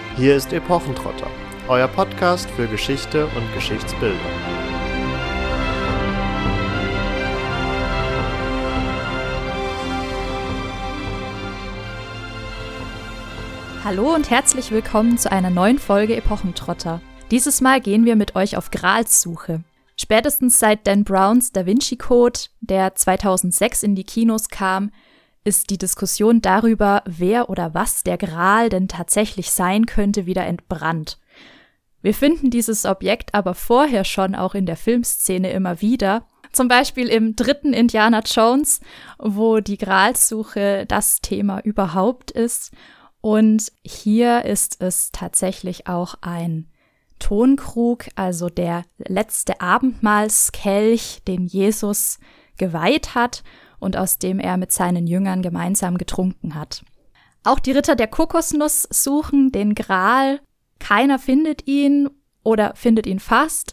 Hier ist Epochentrotter, euer Podcast für Geschichte und Geschichtsbildung. Hallo und herzlich willkommen zu einer neuen Folge Epochentrotter. Dieses Mal gehen wir mit euch auf Gralssuche. Spätestens seit Dan Browns Da Vinci Code, der 2006 in die Kinos kam, ist die Diskussion darüber, wer oder was der Gral denn tatsächlich sein könnte, wieder entbrannt. Wir finden dieses Objekt aber vorher schon auch in der Filmszene immer wieder, zum Beispiel im 3. Indiana Jones, wo die Gralssuche das Thema überhaupt ist. Und hier ist es tatsächlich auch ein Tonkrug, also der letzte Abendmahlskelch, den Jesus geweiht hat und aus dem er mit seinen Jüngern gemeinsam getrunken hat. Auch die Ritter der Kokosnuss suchen den Gral. Keiner findet ihn oder findet ihn fast.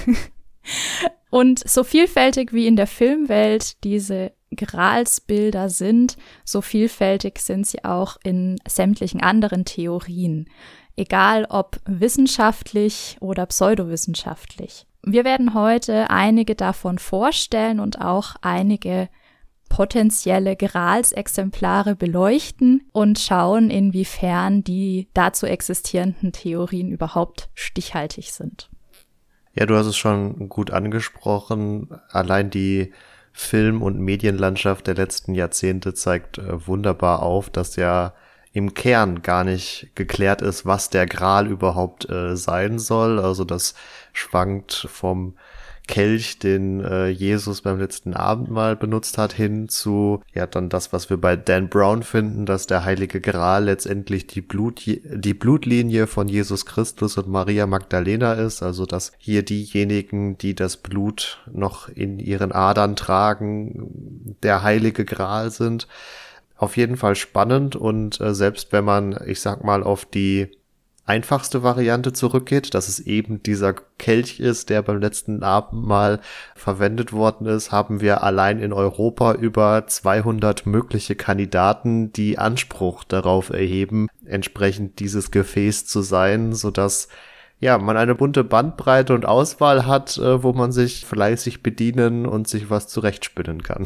Und so vielfältig wie in der Filmwelt diese Gralsbilder sind, so vielfältig sind sie auch in sämtlichen anderen Theorien, egal ob wissenschaftlich oder pseudowissenschaftlich. Wir werden heute einige davon vorstellen und auch einige potenzielle Gralsexemplare beleuchten und schauen, inwiefern die dazu existierenden Theorien überhaupt stichhaltig sind. Ja, du hast es schon gut angesprochen. Allein die Film- und Medienlandschaft der letzten Jahrzehnte zeigt wunderbar auf, dass ja im Kern gar nicht geklärt ist, was der Gral überhaupt sein soll. Also das schwankt vom Kelch, den Jesus beim letzten Abendmahl benutzt hat, hin zu dann das, was wir bei Dan Brown finden, dass der Heilige Gral letztendlich die Blutlinie von Jesus Christus und Maria Magdalena ist, also dass hier diejenigen, die das Blut noch in ihren Adern tragen, der Heilige Gral sind. Auf jeden Fall spannend und selbst wenn man, ich sag mal, auf die einfachste Variante zurückgeht, dass es eben dieser Kelch ist, der beim letzten Abendmahl verwendet worden ist, haben wir allein in Europa über 200 mögliche Kandidaten, die Anspruch darauf erheben, entsprechend dieses Gefäß zu sein, sodass man eine bunte Bandbreite und Auswahl hat, wo man sich fleißig bedienen und sich was zurechtspinnen kann.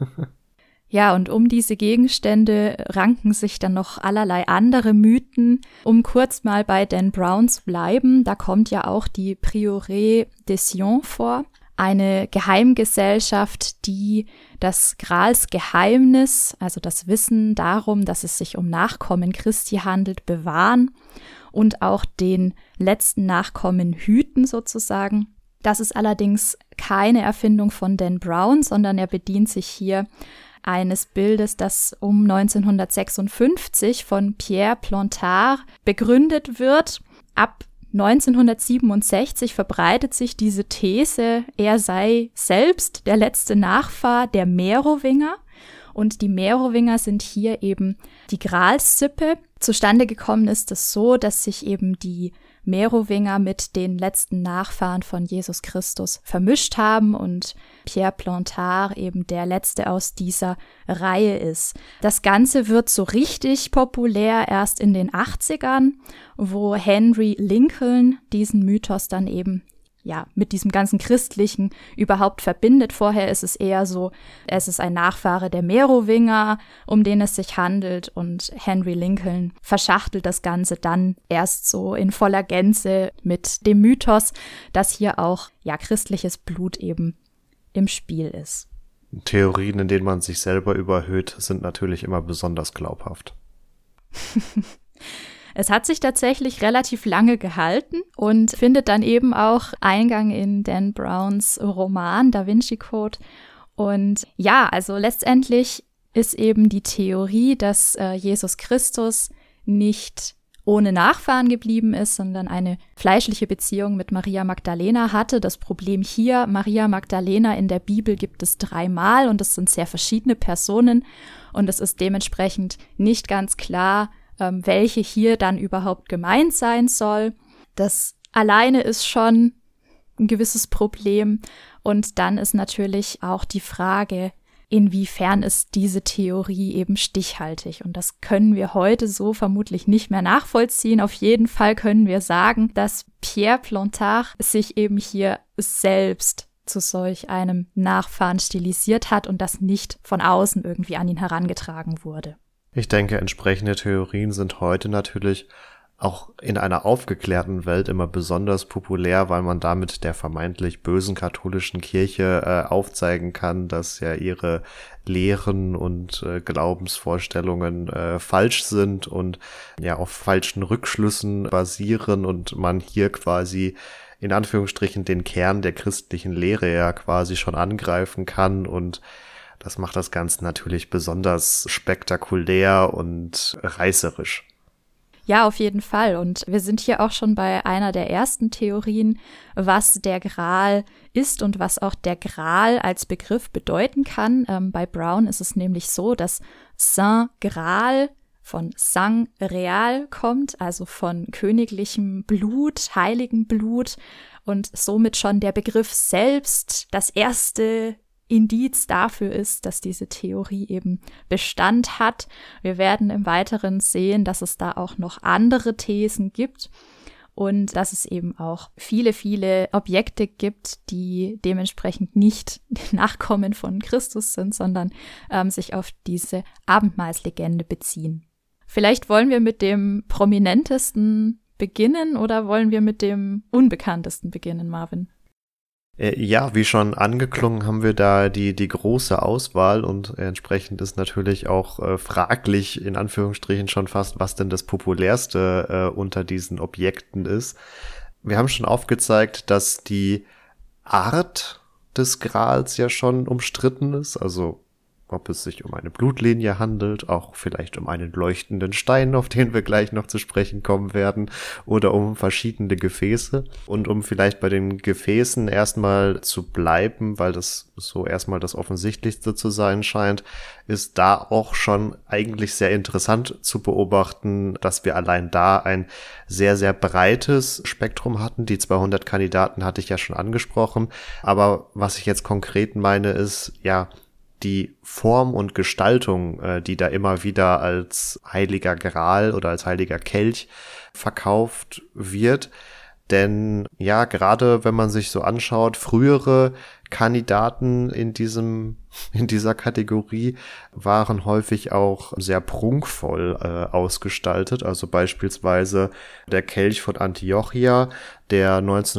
Ja, und um diese Gegenstände ranken sich dann noch allerlei andere Mythen. Um kurz mal bei Dan Brown zu bleiben, da kommt ja auch die Prieuré de Sion vor, eine Geheimgesellschaft, die das Gralsgeheimnis, also das Wissen darum, dass es sich um Nachkommen Christi handelt, bewahren und auch den letzten Nachkommen hüten sozusagen. Das ist allerdings keine Erfindung von Dan Brown, sondern er bedient sich hier eines Bildes, das um 1956 von Pierre Plantard begründet wird. Ab 1967 verbreitet sich diese These, er sei selbst der letzte Nachfahr der Merowinger. Und die Merowinger sind hier eben die Gralssippe. Zustande gekommen ist es so, dass sich eben die Merowinger mit den letzten Nachfahren von Jesus Christus vermischt haben und Pierre Plantard eben der letzte aus dieser Reihe ist. Das Ganze wird so richtig populär erst in den 80ern, wo Henry Lincoln diesen Mythos dann eben mit diesem ganzen Christlichen überhaupt verbindet. Vorher ist es eher so, es ist ein Nachfahre der Merowinger, um den es sich handelt, und Henry Lincoln verschachtelt das Ganze dann erst so in voller Gänze mit dem Mythos, dass hier auch christliches Blut eben im Spiel ist. Theorien, in denen man sich selber überhöht, sind natürlich immer besonders glaubhaft. Es hat sich tatsächlich relativ lange gehalten und findet dann eben auch Eingang in Dan Browns Roman Da Vinci Code. Und also letztendlich ist eben die Theorie, dass Jesus Christus nicht ohne Nachfahren geblieben ist, sondern eine fleischliche Beziehung mit Maria Magdalena hatte. Das Problem hier, Maria Magdalena in der Bibel gibt es 3-mal und es sind sehr verschiedene Personen und es ist dementsprechend nicht ganz klar, welche hier dann überhaupt gemeint sein soll. Das alleine ist schon ein gewisses Problem. Und dann ist natürlich auch die Frage, inwiefern ist diese Theorie eben stichhaltig. Und das können wir heute so vermutlich nicht mehr nachvollziehen. Auf jeden Fall können wir sagen, dass Pierre Plantard sich eben hier selbst zu solch einem Nachfahren stilisiert hat und das nicht von außen irgendwie an ihn herangetragen wurde. Ich denke, entsprechende Theorien sind heute natürlich auch in einer aufgeklärten Welt immer besonders populär, weil man damit der vermeintlich bösen katholischen Kirche aufzeigen kann, dass ja ihre Lehren und Glaubensvorstellungen falsch sind und ja auf falschen Rückschlüssen basieren und man hier quasi in Anführungsstrichen den Kern der christlichen Lehre ja quasi schon angreifen kann, und das macht das Ganze natürlich besonders spektakulär und reißerisch. Ja, auf jeden Fall. Und wir sind hier auch schon bei einer der ersten Theorien, was der Gral ist und was auch der Gral als Begriff bedeuten kann. Bei Brown ist es nämlich so, dass Saint Gral von Sang Real kommt, also von königlichem Blut, heiligem Blut, und somit schon der Begriff selbst das erste Indiz dafür ist, dass diese Theorie eben Bestand hat. Wir werden im Weiteren sehen, dass es da auch noch andere Thesen gibt und dass es eben auch viele, viele Objekte gibt, die dementsprechend nicht Nachkommen von Christus sind, sondern sich auf diese Abendmahlslegende beziehen. Vielleicht wollen wir mit dem prominentesten beginnen oder wollen wir mit dem unbekanntesten beginnen, Marvin? Ja, wie schon angeklungen, haben wir da die große Auswahl, und entsprechend ist natürlich auch fraglich, in Anführungsstrichen schon fast, was denn das populärste unter diesen Objekten ist. Wir haben schon aufgezeigt, dass die Art des Grals ja schon umstritten ist, also ob es sich um eine Blutlinie handelt, auch vielleicht um einen leuchtenden Stein, auf den wir gleich noch zu sprechen kommen werden, oder um verschiedene Gefäße. Und um vielleicht bei den Gefäßen erstmal zu bleiben, weil das so erstmal das Offensichtlichste zu sein scheint, ist da auch schon eigentlich sehr interessant zu beobachten, dass wir allein da ein sehr, sehr breites Spektrum hatten. Die 200 Kandidaten hatte ich ja schon angesprochen. Aber was ich jetzt konkret meine, ist, ja, die Form und Gestaltung, die da immer wieder als heiliger Gral oder als heiliger Kelch verkauft wird. Denn ja, gerade wenn man sich so anschaut, frühere Kandidaten in dieser Kategorie waren häufig auch sehr prunkvoll ausgestaltet. Also beispielsweise der Kelch von Antiochia, der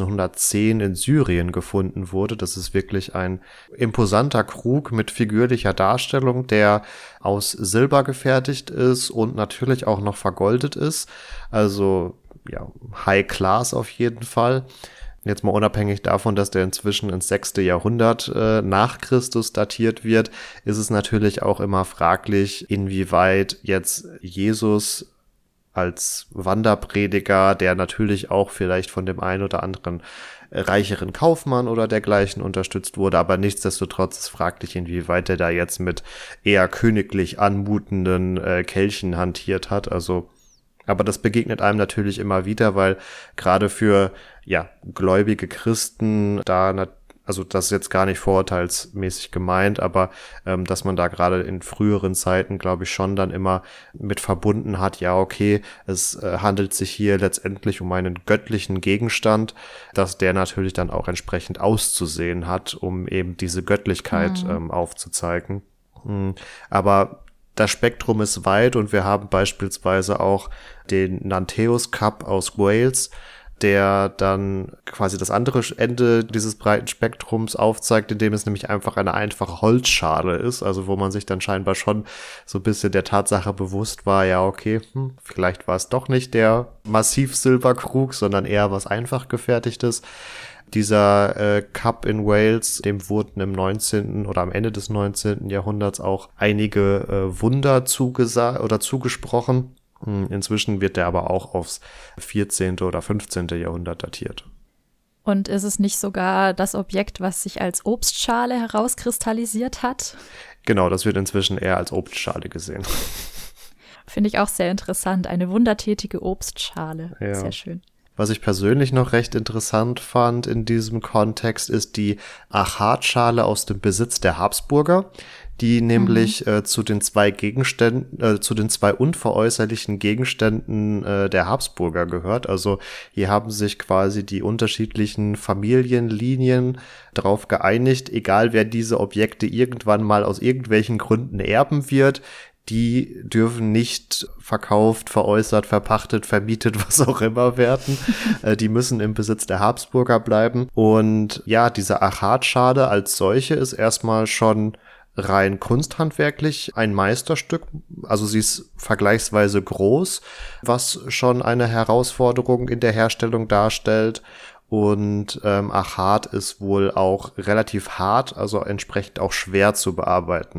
1910 in Syrien gefunden wurde. Das ist wirklich ein imposanter Krug mit figürlicher Darstellung, der aus Silber gefertigt ist und natürlich auch noch vergoldet ist. Also ja, High Class auf jeden Fall. Jetzt mal unabhängig davon, dass der inzwischen ins 6. Jahrhundert nach Christus datiert wird, ist es natürlich auch immer fraglich, inwieweit jetzt Jesus als Wanderprediger, der natürlich auch vielleicht von dem einen oder anderen reicheren Kaufmann oder dergleichen unterstützt wurde, aber nichtsdestotrotz ist fraglich, inwieweit er da jetzt mit eher königlich anmutenden Kelchen hantiert hat. Also aber das begegnet einem natürlich immer wieder, weil gerade für ja gläubige Christen also das ist jetzt gar nicht vorurteilsmäßig gemeint, aber dass man da gerade in früheren Zeiten, glaube ich, schon dann immer mit verbunden hat, ja okay, es handelt sich hier letztendlich um einen göttlichen Gegenstand, dass der natürlich dann auch entsprechend auszusehen hat, um eben diese Göttlichkeit aufzuzeigen. Aber das Spektrum ist weit und wir haben beispielsweise auch den Nanteus Cup aus Wales, der dann quasi das andere Ende dieses breiten Spektrums aufzeigt, indem es nämlich einfach eine einfache Holzschale ist, also wo man sich dann scheinbar schon so ein bisschen der Tatsache bewusst war, ja okay, vielleicht war es doch nicht der Massiv-Silberkrug, sondern eher was einfach gefertigtes. Dieser Cup in Wales, dem wurden im 19. oder am Ende des 19. Jahrhunderts auch einige Wunder zugesprochen. Inzwischen wird der aber auch aufs 14. oder 15. Jahrhundert datiert. Und ist es nicht sogar das Objekt, was sich als Obstschale herauskristallisiert hat? Genau, das wird inzwischen eher als Obstschale gesehen. Finde ich auch sehr interessant. Eine wundertätige Obstschale. Ja. Sehr schön. Was ich persönlich noch recht interessant fand in diesem Kontext, ist die Achatschale aus dem Besitz der Habsburger, die nämlich zu den zwei unveräußerlichen Gegenständen der Habsburger gehört. Also hier haben sich quasi die unterschiedlichen Familienlinien darauf geeinigt, egal wer diese Objekte irgendwann mal aus irgendwelchen Gründen erben wird, die dürfen nicht verkauft, veräußert, verpachtet, vermietet, was auch immer werden. Die müssen im Besitz der Habsburger bleiben. Und ja, diese Achatschale als solche ist erstmal schon rein kunsthandwerklich ein Meisterstück. Also sie ist vergleichsweise groß, was schon eine Herausforderung in der Herstellung darstellt. Und Achat ist wohl auch relativ hart, also entsprechend auch schwer zu bearbeiten.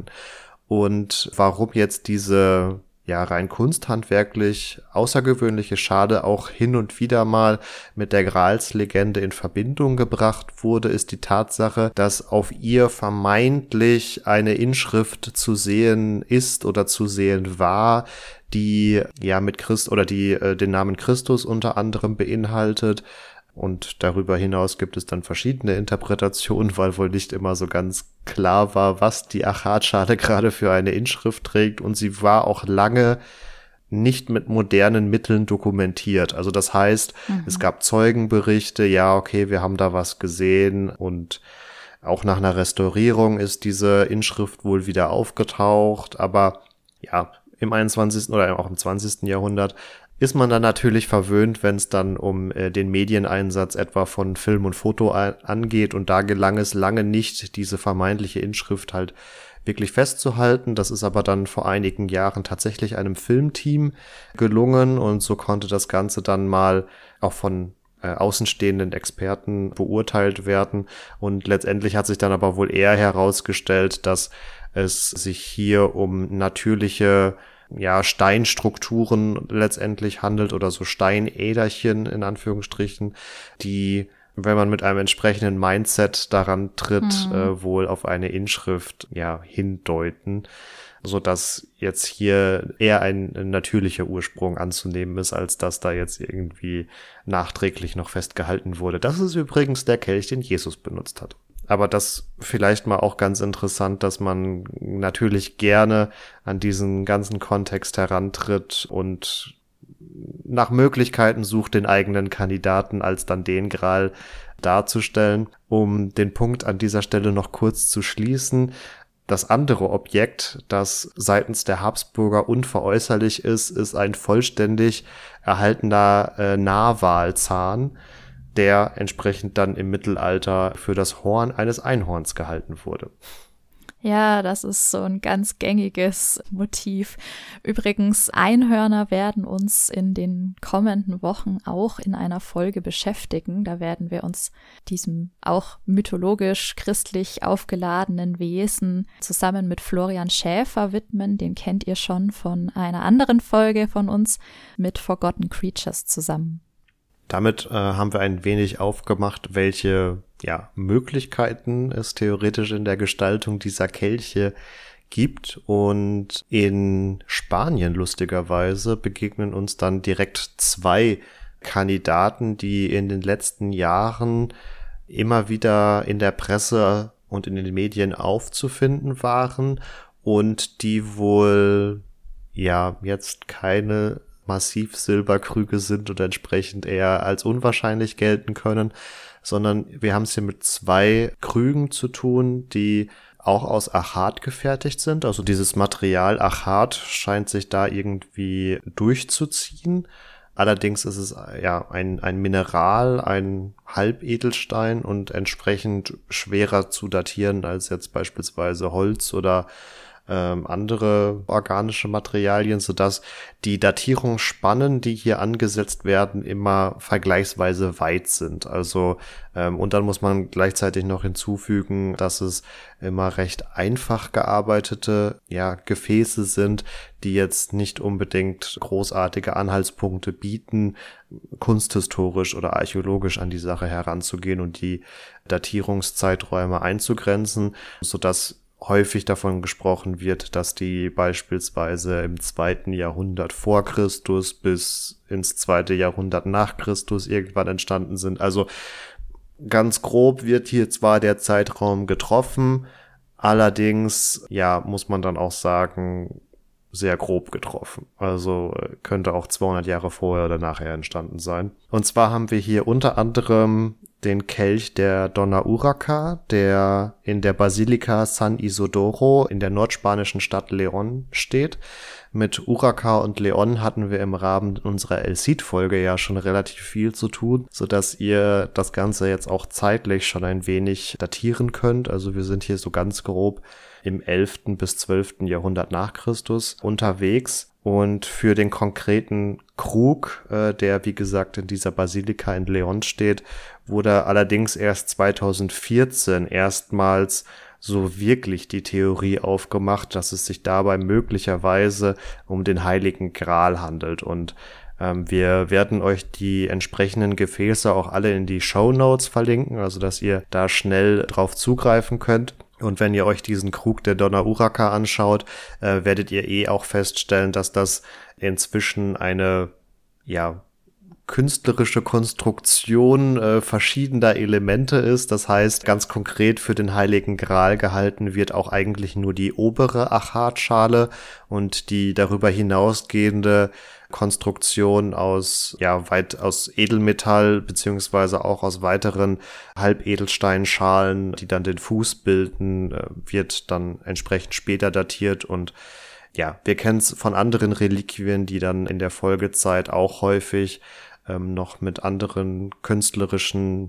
Und warum jetzt diese rein kunsthandwerklich außergewöhnliche Schale auch hin und wieder mal mit der Gralslegende in Verbindung gebracht wurde, ist die Tatsache, dass auf ihr vermeintlich eine Inschrift zu sehen ist oder zu sehen war, die mit Christ oder die den Namen Christus unter anderem beinhaltet. Und darüber hinaus gibt es dann verschiedene Interpretationen, weil wohl nicht immer so ganz klar war, was die Achatschale gerade für eine Inschrift trägt. Und sie war auch lange nicht mit modernen Mitteln dokumentiert. Also das heißt, es gab Zeugenberichte, wir haben da was gesehen. Und auch nach einer Restaurierung ist diese Inschrift wohl wieder aufgetaucht. Aber im 21. oder auch im 20. Jahrhundert ist man dann natürlich verwöhnt, wenn es dann um den Medieneinsatz etwa von Film und Foto angeht. Und da gelang es lange nicht, diese vermeintliche Inschrift halt wirklich festzuhalten. Das ist aber dann vor einigen Jahren tatsächlich einem Filmteam gelungen. Und so konnte das Ganze dann mal auch von außenstehenden Experten beurteilt werden. Und letztendlich hat sich dann aber wohl eher herausgestellt, dass es sich hier um natürliche Steinstrukturen letztendlich handelt oder so Steinäderchen in Anführungsstrichen, die, wenn man mit einem entsprechenden Mindset daran tritt, wohl auf eine Inschrift hindeuten, so dass jetzt hier eher ein natürlicher Ursprung anzunehmen ist, als dass da jetzt irgendwie nachträglich noch festgehalten wurde. Das ist übrigens der Kelch, den Jesus benutzt hat. Aber das vielleicht mal auch ganz interessant, dass man natürlich gerne an diesen ganzen Kontext herantritt und nach Möglichkeiten sucht, den eigenen Kandidaten als dann den Gral darzustellen. Um den Punkt an dieser Stelle noch kurz zu schließen: Das andere Objekt, das seitens der Habsburger unveräußerlich ist ein vollständig erhaltener Narwalzahn, der entsprechend dann im Mittelalter für das Horn eines Einhorns gehalten wurde. Ja, das ist so ein ganz gängiges Motiv. Übrigens, Einhörner werden uns in den kommenden Wochen auch in einer Folge beschäftigen. Da werden wir uns diesem auch mythologisch-christlich aufgeladenen Wesen zusammen mit Florian Schäfer widmen. Den kennt ihr schon von einer anderen Folge von uns mit Forgotten Creatures zusammen. Damit haben wir ein wenig aufgemacht, welche Möglichkeiten es theoretisch in der Gestaltung dieser Kelche gibt. Und in Spanien lustigerweise begegnen uns dann direkt zwei Kandidaten, die in den letzten Jahren immer wieder in der Presse und in den Medien aufzufinden waren und die wohl jetzt keine Massivsilberkrüge sind und entsprechend eher als unwahrscheinlich gelten können, sondern wir haben es hier mit zwei Krügen zu tun, die auch aus Achat gefertigt sind. Also dieses Material Achat scheint sich da irgendwie durchzuziehen. Allerdings ist es ein Mineral, ein Halbedelstein und entsprechend schwerer zu datieren als jetzt beispielsweise Holz oder andere organische Materialien, sodass die Datierungsspannen, die hier angesetzt werden, immer vergleichsweise weit sind. Also und dann muss man gleichzeitig noch hinzufügen, dass es immer recht einfach gearbeitete Gefäße sind, die jetzt nicht unbedingt großartige Anhaltspunkte bieten, kunsthistorisch oder archäologisch an die Sache heranzugehen und die Datierungszeiträume einzugrenzen, sodass häufig davon gesprochen wird, dass die beispielsweise im 2. Jahrhundert vor Christus bis ins 2. Jahrhundert nach Christus irgendwann entstanden sind. Also ganz grob wird hier zwar der Zeitraum getroffen, allerdings, ja, muss man dann auch sagen, sehr grob getroffen. Also könnte auch 200 Jahre vorher oder nachher entstanden sein. Und zwar haben wir hier unter anderem den Kelch der Donna Urraca, der in der Basilika San Isidoro in der nordspanischen Stadt León steht. Mit Urraca und León hatten wir im Rahmen unserer El Cid-Folge ja schon relativ viel zu tun, sodass ihr das Ganze jetzt auch zeitlich schon ein wenig datieren könnt. Also wir sind hier so ganz grob im 11. bis 12. Jahrhundert nach Christus unterwegs. Und für den konkreten Krug, der wie gesagt in dieser Basilika in León steht, wurde allerdings erst 2014 erstmals so wirklich die Theorie aufgemacht, dass es sich dabei möglicherweise um den Heiligen Gral handelt. Und wir werden euch die entsprechenden Gefäße auch alle in die Shownotes verlinken, also dass ihr da schnell drauf zugreifen könnt. Und wenn ihr euch diesen Krug der Donna Urraca anschaut, werdet ihr auch feststellen, dass das inzwischen eine, ja, künstlerische Konstruktion verschiedener Elemente ist. Das heißt, ganz konkret für den Heiligen Gral gehalten wird auch eigentlich nur die obere Achatschale und die darüber hinausgehende Konstruktion aus Edelmetall beziehungsweise auch aus weiteren Halbedelsteinschalen, die dann den Fuß bilden, wird dann entsprechend später datiert. Und ja, wir kennen es von anderen Reliquien, die dann in der Folgezeit auch häufig noch mit anderen künstlerischen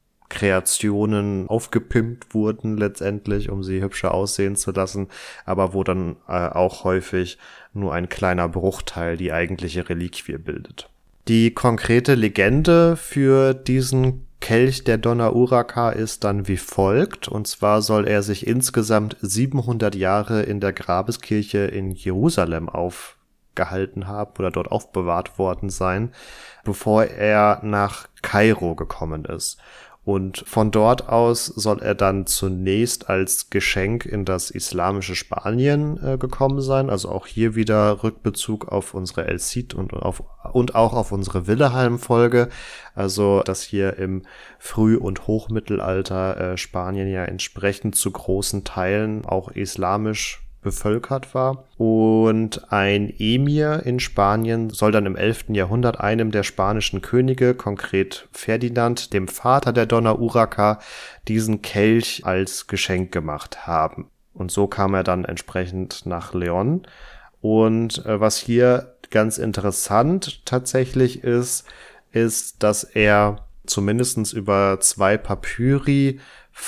Kreationen aufgepimpt wurden letztendlich, um sie hübscher aussehen zu lassen, aber wo dann auch häufig nur ein kleiner Bruchteil die eigentliche Reliquie bildet. Die konkrete Legende für diesen Kelch der Donna Urraca ist dann wie folgt, und zwar soll er sich insgesamt 700 Jahre in der Grabeskirche in Jerusalem aufgehalten haben oder dort aufbewahrt worden sein, bevor er nach Kairo gekommen ist. Und von dort aus soll er dann zunächst als Geschenk in das islamische Spanien gekommen sein. Also auch hier wieder Rückbezug auf unsere El Cid und auch auf unsere Willehalm-Folge. Also dass hier im Früh- und Hochmittelalter Spanien ja entsprechend zu großen Teilen auch islamisch bevölkert war. Und ein Emir in Spanien soll dann im 11. Jahrhundert einem der spanischen Könige, konkret Ferdinand, dem Vater der Donna Urraca, diesen Kelch als Geschenk gemacht haben. Und so kam er dann entsprechend nach León. Und was hier ganz interessant tatsächlich ist, dass er zumindest über 2 Papyri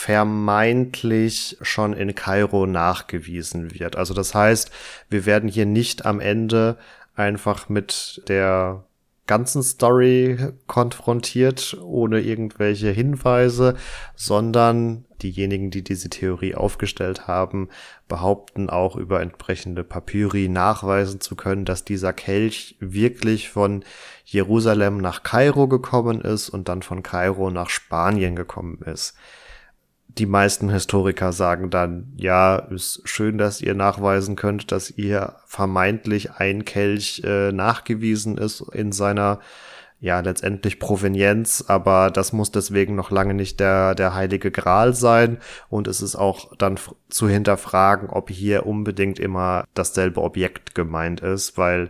vermeintlich schon in Kairo nachgewiesen wird. Also das heißt, wir werden hier nicht am Ende einfach mit der ganzen Story konfrontiert, ohne irgendwelche Hinweise, sondern diejenigen, die diese Theorie aufgestellt haben, behaupten auch über entsprechende Papyri nachweisen zu können, dass dieser Kelch wirklich von Jerusalem nach Kairo gekommen ist und dann von Kairo nach Spanien gekommen ist. Die meisten Historiker sagen dann, ja, ist schön, dass ihr nachweisen könnt, dass ihr vermeintlich ein Kelch nachgewiesen ist in seiner, ja, letztendlich Provenienz, aber das muss deswegen noch lange nicht der Heilige Gral sein, und es ist auch dann zu hinterfragen, ob hier unbedingt immer dasselbe Objekt gemeint ist, weil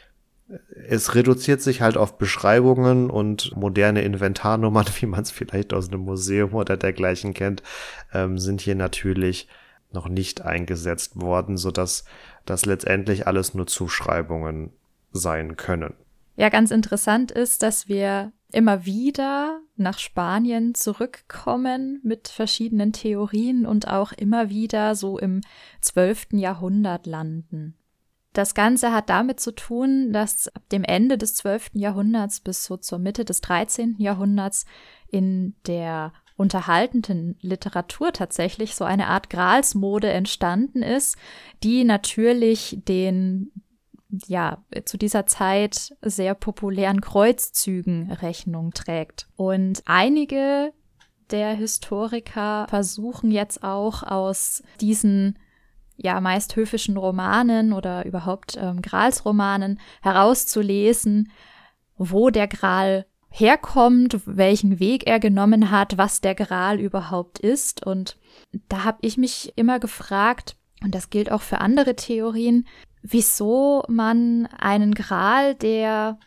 es reduziert sich halt auf Beschreibungen und moderne Inventarnummern, wie man es vielleicht aus einem Museum oder dergleichen kennt, sind hier natürlich noch nicht eingesetzt worden, sodass das letztendlich alles nur Zuschreibungen sein können. Ja, ganz interessant ist, dass wir immer wieder nach Spanien zurückkommen mit verschiedenen Theorien und auch immer wieder so im 12. Jahrhundert landen. Das Ganze hat damit zu tun, dass ab dem Ende des 12. Jahrhunderts bis so zur Mitte des 13. Jahrhunderts in der unterhaltenden Literatur tatsächlich so eine Art Gralsmode entstanden ist, die natürlich den, ja, zu dieser Zeit sehr populären Kreuzzügen Rechnung trägt. Und einige der Historiker versuchen jetzt auch aus diesen meist höfischen Romanen oder überhaupt Gralsromanen herauszulesen, wo der Gral herkommt, welchen Weg er genommen hat, was der Gral überhaupt ist. Und da habe ich mich immer gefragt, und das gilt auch für andere Theorien, wieso man einen Gral, der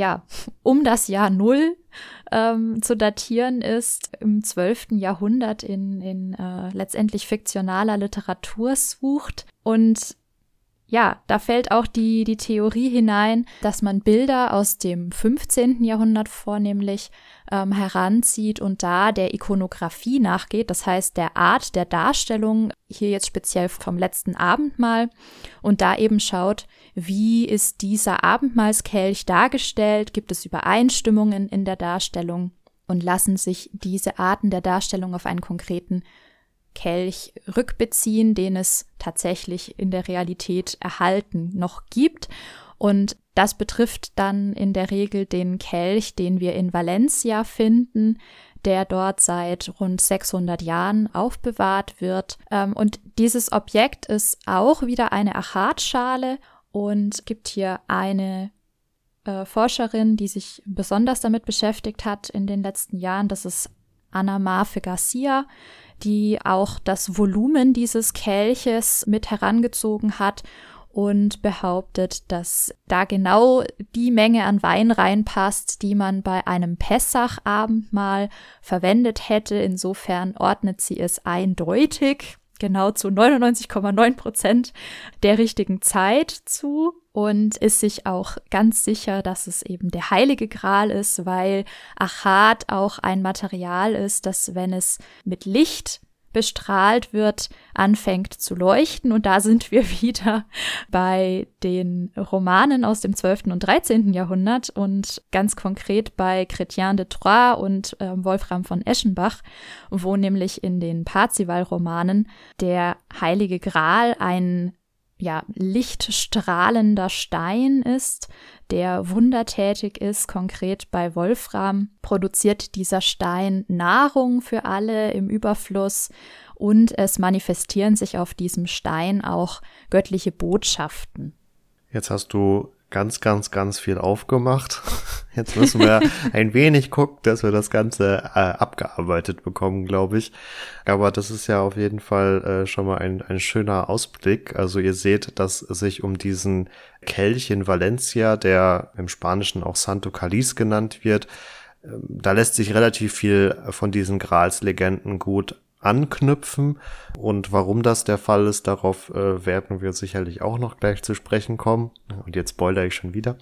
um das Jahr 0 zu datieren ist, im 12. Jahrhundert in letztendlich fiktionaler Literatur sucht. Und ja, da fällt auch die Theorie hinein, dass man Bilder aus dem 15. Jahrhundert vornehmlich heranzieht und da der Ikonographie nachgeht, das heißt der Art der Darstellung, hier jetzt speziell vom letzten Abendmahl, und da eben schaut, wie ist dieser Abendmahlskelch dargestellt, gibt es Übereinstimmungen in der Darstellung und lassen sich diese Arten der Darstellung auf einen konkreten Kelch rückbeziehen, den es tatsächlich in der Realität erhalten noch gibt. Und das betrifft dann in der Regel den Kelch, den wir in Valencia finden, der dort seit rund 600 Jahren aufbewahrt wird. Und dieses Objekt ist auch wieder eine Achatschale und gibt hier eine Forscherin, die sich besonders damit beschäftigt hat in den letzten Jahren. Das ist Ana Marfe Garcia, die auch das Volumen dieses Kelches mit herangezogen hat und behauptet, dass da genau die Menge an Wein reinpasst, die man bei einem Pessach-Abendmahl verwendet hätte. Insofern ordnet sie es eindeutig, genau zu 99,9% der richtigen Zeit zu und ist sich auch ganz sicher, dass es eben der Heilige Gral ist, weil Achat auch ein Material ist, das, wenn es mit Licht bestrahlt wird, anfängt zu leuchten. Und da sind wir wieder bei den Romanen aus dem 12. und 13. Jahrhundert und ganz konkret bei Chrétien de Troyes und Wolfram von Eschenbach, wo nämlich in den Parzival-Romanen der Heilige Gral ein lichtstrahlender Stein ist, der wundertätig ist. Konkret bei Wolfram produziert dieser Stein Nahrung für alle im Überfluss und es manifestieren sich auf diesem Stein auch göttliche Botschaften. Jetzt hast du ganz, ganz, ganz viel aufgemacht. Jetzt müssen wir ein wenig gucken, dass wir das Ganze abgearbeitet bekommen, glaube ich. Aber das ist ja auf jeden Fall schon mal ein schöner Ausblick. Also ihr seht, dass es sich um diesen Kelch in Valencia, der im Spanischen auch Santo Cáliz genannt wird, da lässt sich relativ viel von diesen Gralslegenden gut anknüpfen. Und warum das der Fall ist, darauf werden wir sicherlich auch noch gleich zu sprechen kommen. Und jetzt spoilere ich schon wieder.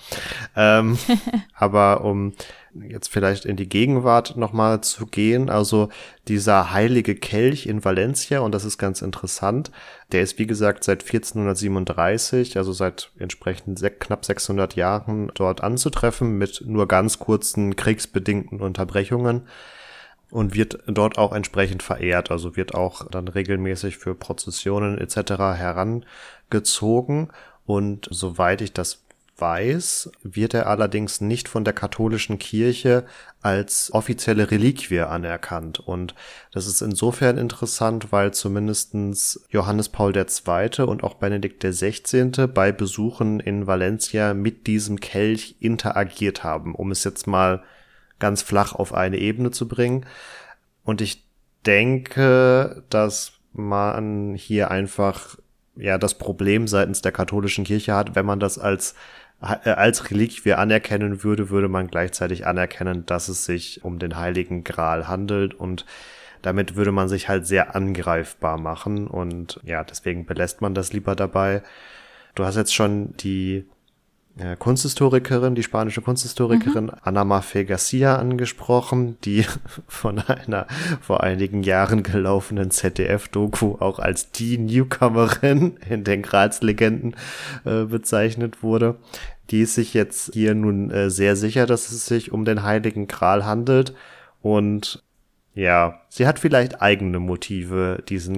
Aber um jetzt vielleicht in die Gegenwart nochmal zu gehen, also dieser heilige Kelch in Valencia, und das ist ganz interessant, der ist wie gesagt seit 1437, also seit entsprechend knapp 600 Jahren dort anzutreffen, mit nur ganz kurzen kriegsbedingten Unterbrechungen. Und wird dort auch entsprechend verehrt, also wird auch dann regelmäßig für Prozessionen etc. herangezogen. Und soweit ich das weiß, wird er allerdings nicht von der katholischen Kirche als offizielle Reliquie anerkannt. Und das ist insofern interessant, weil zumindestens Johannes Paul II. Und auch Benedikt XVI. Bei Besuchen in Valencia mit diesem Kelch interagiert haben, um es jetzt mal ganz flach auf eine Ebene zu bringen. Und ich denke, dass man hier einfach das Problem seitens der katholischen Kirche hat, wenn man das als Reliquie anerkennen würde, würde man gleichzeitig anerkennen, dass es sich um den Heiligen Gral handelt, und damit würde man sich halt sehr angreifbar machen, und deswegen belässt man das lieber dabei. Du hast jetzt schon die Kunsthistorikerin, die spanische Kunsthistorikerin Ana Marfe Garcia angesprochen, die von einer vor einigen Jahren gelaufenen ZDF-Doku auch als die Newcomerin in den Gralslegenden bezeichnet wurde. Die ist sich jetzt hier nun sehr sicher, dass es sich um den Heiligen Gral handelt, und Ja, sie hat vielleicht eigene Motive, diesen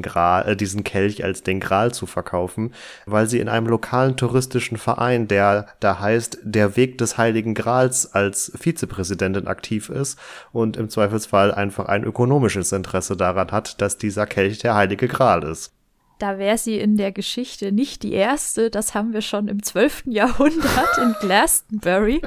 Kelch als den Gral zu verkaufen, weil sie in einem lokalen touristischen Verein, der da heißt Der Weg des Heiligen Grals, als Vizepräsidentin aktiv ist und im Zweifelsfall einfach ein ökonomisches Interesse daran hat, dass dieser Kelch der Heilige Gral ist. Da wäre sie in der Geschichte nicht die erste. Das haben wir schon im 12. Jahrhundert in Glastonbury,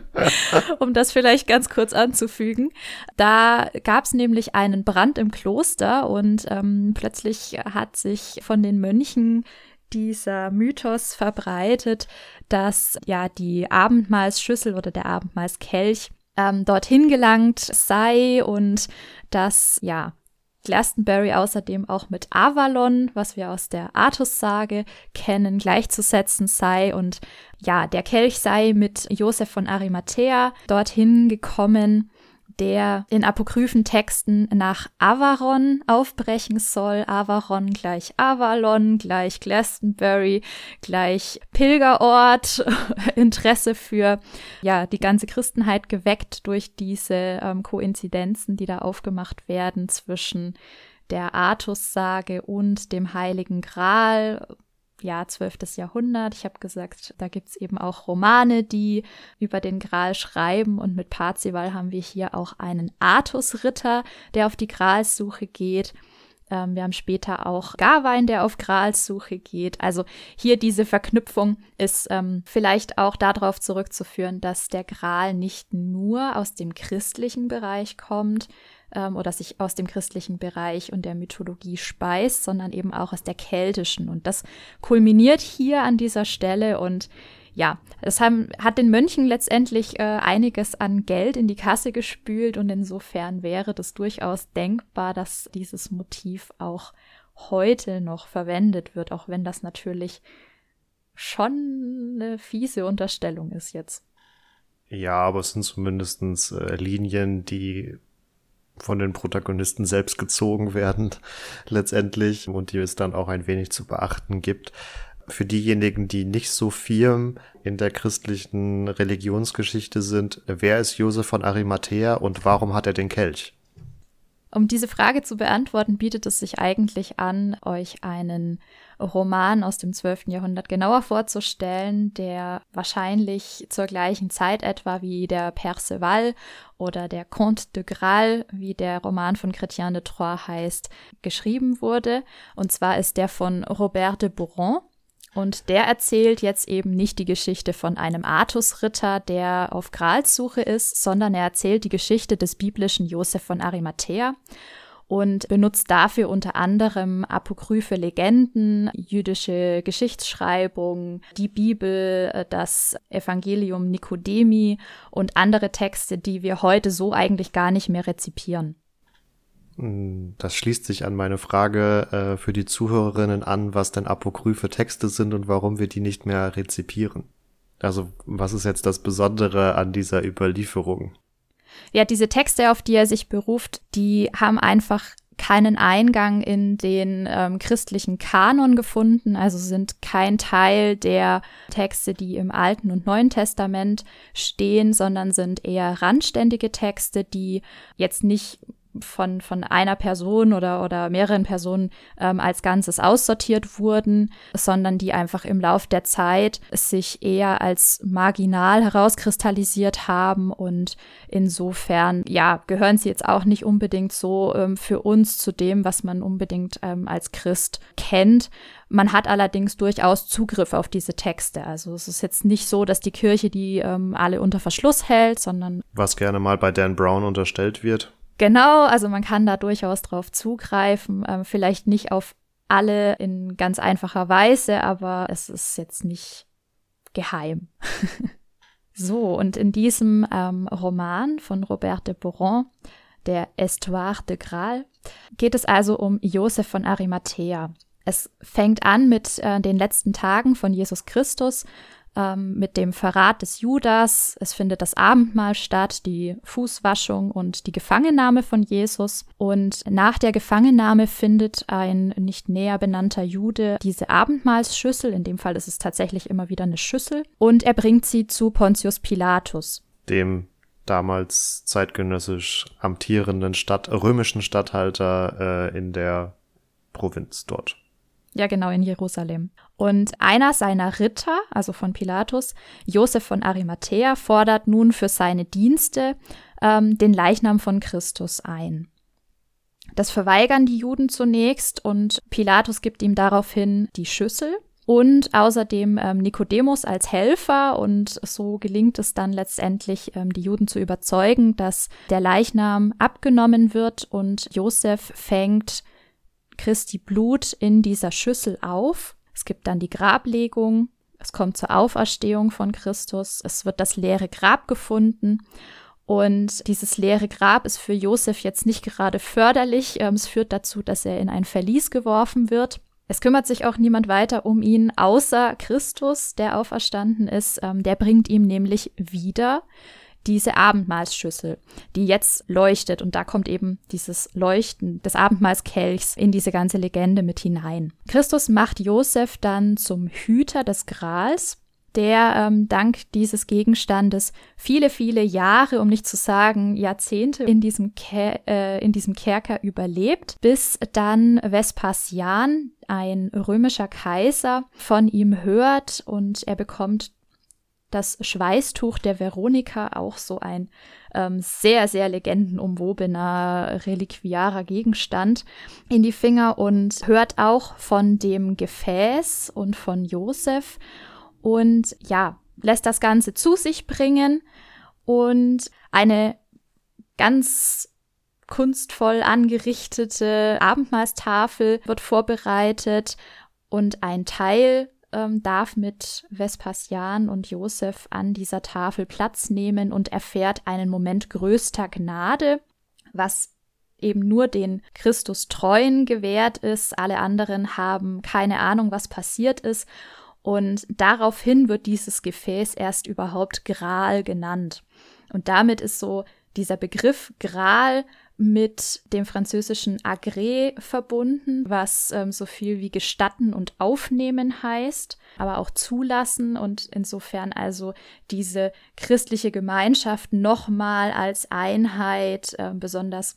um das vielleicht ganz kurz anzufügen. Da gab es nämlich einen Brand im Kloster und plötzlich hat sich von den Mönchen dieser Mythos verbreitet, dass ja die Abendmahlsschüssel oder der Abendmahlskelch dorthin gelangt sei und dass ja Glastonbury außerdem auch mit Avalon, was wir aus der Artussage kennen, gleichzusetzen sei. Und ja, der Kelch sei mit Josef von Arimathea dorthin gekommen, der in apokryphen Texten nach Avaron aufbrechen soll. Avaron gleich Avalon, gleich Glastonbury, gleich Pilgerort, Interesse für ja die ganze Christenheit geweckt durch diese Koinzidenzen, die da aufgemacht werden zwischen der Artussage und dem Heiligen Gral. Ja, 12. Jahrhundert. Ich habe gesagt, da gibt's eben auch Romane, die über den Gral schreiben. Und mit Parzival haben wir hier auch einen Artusritter, der auf die Gralssuche geht. Wir haben später auch Gawain, der auf Gralssuche geht. Also hier diese Verknüpfung ist vielleicht auch darauf zurückzuführen, dass der Gral nicht nur aus dem christlichen Bereich kommt, oder sich aus dem christlichen Bereich und der Mythologie speist, sondern eben auch aus der keltischen. Und das kulminiert hier an dieser Stelle und ja, es hat den Mönchen letztendlich einiges an Geld in die Kasse gespült und insofern wäre das durchaus denkbar, dass dieses Motiv auch heute noch verwendet wird, auch wenn das natürlich schon eine fiese Unterstellung ist jetzt. Ja, aber es sind zumindest Linien, die von den Protagonisten selbst gezogen werden letztendlich und die es dann auch ein wenig zu beachten gibt. Für diejenigen, die nicht so firm in der christlichen Religionsgeschichte sind, wer ist Josef von Arimathea und warum hat er den Kelch? Um diese Frage zu beantworten, bietet es sich eigentlich an, euch einen Roman aus dem 12. Jahrhundert genauer vorzustellen, der wahrscheinlich zur gleichen Zeit etwa wie der Perceval oder der Conte de Graal, wie der Roman von Chrétien de Troyes heißt, geschrieben wurde. Und zwar ist der von Robert de Boron. Und der erzählt jetzt eben nicht die Geschichte von einem Artusritter, der auf Gralssuche ist, sondern er erzählt die Geschichte des biblischen Josef von Arimathea und benutzt dafür unter anderem apokryphe Legenden, jüdische Geschichtsschreibung, die Bibel, das Evangelium Nicodemi und andere Texte, die wir heute so eigentlich gar nicht mehr rezipieren. Das schließt sich an meine Frage für die Zuhörerinnen an, was denn apokryphe Texte sind und warum wir die nicht mehr rezipieren. Also was ist jetzt das Besondere an dieser Überlieferung? Ja, diese Texte, auf die er sich beruft, die haben einfach keinen Eingang in den christlichen Kanon gefunden, also sind kein Teil der Texte, die im Alten und Neuen Testament stehen, sondern sind eher randständige Texte, die jetzt nicht von einer Person oder mehreren Personen als Ganzes aussortiert wurden, sondern die einfach im Lauf der Zeit sich eher als marginal herauskristallisiert haben und insofern, ja, gehören sie jetzt auch nicht unbedingt so für uns zu dem, was man unbedingt als Christ kennt. Man hat allerdings durchaus Zugriff auf diese Texte. Also es ist jetzt nicht so, dass die Kirche die alle unter Verschluss hält, sondern was gerne mal bei Dan Brown unterstellt wird. Genau, also man kann da durchaus drauf zugreifen, vielleicht nicht auf alle in ganz einfacher Weise, aber es ist jetzt nicht geheim. So, und in diesem Roman von Robert de Boron, der Histoire de Graal, geht es also um Josef von Arimathea. Es fängt an mit den letzten Tagen von Jesus Christus, mit dem Verrat des Judas. Es findet das Abendmahl statt, die Fußwaschung und die Gefangennahme von Jesus. Und nach der Gefangennahme findet ein nicht näher benannter Jude diese Abendmahlsschüssel, in dem Fall ist es tatsächlich immer wieder eine Schüssel, und er bringt sie zu Pontius Pilatus. Dem damals zeitgenössisch amtierenden römischen Statthalter in der Provinz dort. Ja, genau, in Jerusalem. Und einer seiner Ritter, also von Pilatus, Josef von Arimathäa, fordert nun für seine Dienste den Leichnam von Christus ein. Das verweigern die Juden zunächst und Pilatus gibt ihm daraufhin die Schüssel und außerdem Nikodemus als Helfer, und so gelingt es dann letztendlich, die Juden zu überzeugen, dass der Leichnam abgenommen wird, und Josef fängt Christi Blut in dieser Schüssel auf. Es gibt dann die Grablegung, es kommt zur Auferstehung von Christus, es wird das leere Grab gefunden. Und dieses leere Grab ist für Josef jetzt nicht gerade förderlich. Es führt dazu, dass er in ein Verlies geworfen wird. Es kümmert sich auch niemand weiter um ihn, außer Christus, der auferstanden ist. Der bringt ihm nämlich wieder diese Abendmahlsschüssel, die jetzt leuchtet. Und da kommt eben dieses Leuchten des Abendmahlskelchs in diese ganze Legende mit hinein. Christus macht Josef dann zum Hüter des Grals, der dank dieses Gegenstandes viele, viele Jahre, um nicht zu sagen Jahrzehnte, in diesem Kerker überlebt, bis dann Vespasian, ein römischer Kaiser, von ihm hört, und er bekommt das Schweißtuch der Veronika, auch so ein sehr, sehr legendenumwobener, reliquiarer Gegenstand, in die Finger und hört auch von dem Gefäß und von Josef und ja, lässt das Ganze zu sich bringen, und eine ganz kunstvoll angerichtete Abendmahlstafel wird vorbereitet, und ein Teil darf mit Vespasian und Josef an dieser Tafel Platz nehmen und erfährt einen Moment größter Gnade, was eben nur den Christus-Treuen gewährt ist. Alle anderen haben keine Ahnung, was passiert ist. Und daraufhin wird dieses Gefäß erst überhaupt Gral genannt. Und damit ist so dieser Begriff Gral mit dem französischen Agré verbunden, was so viel wie gestatten und aufnehmen heißt, aber auch zulassen, und insofern also diese christliche Gemeinschaft nochmal als Einheit besonders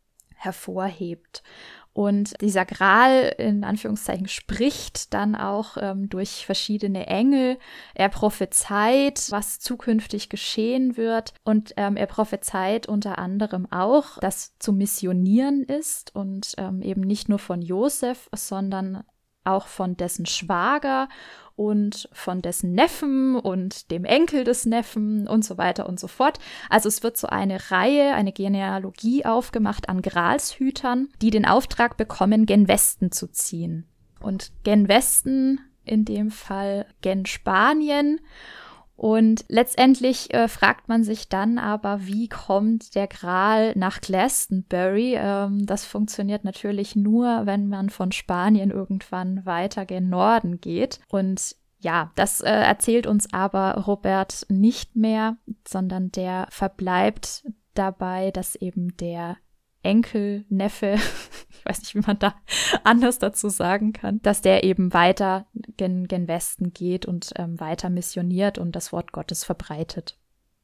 hervorhebt. Und dieser Gral, in Anführungszeichen, spricht dann auch durch verschiedene Engel. Er prophezeit, was zukünftig geschehen wird. Und er prophezeit unter anderem auch, dass zu missionieren ist, und eben nicht nur von Josef, sondern auch von dessen Schwager und von dessen Neffen und dem Enkel des Neffen und so weiter und so fort. Also es wird so eine Reihe, eine Genealogie aufgemacht an Gralshütern, die den Auftrag bekommen, gen Westen zu ziehen. Und gen Westen, in dem Fall gen Spanien. Und letztendlich fragt man sich dann aber, wie kommt der Gral nach Glastonbury? Das funktioniert natürlich nur, wenn man von Spanien irgendwann weiter gen Norden geht. Und ja, das erzählt uns aber Robert nicht mehr, sondern der verbleibt dabei, dass eben der Enkel, Neffe, ich weiß nicht, wie man da anders dazu sagen kann, dass der eben weiter gen Westen geht und weiter missioniert und das Wort Gottes verbreitet.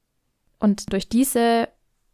Und durch diese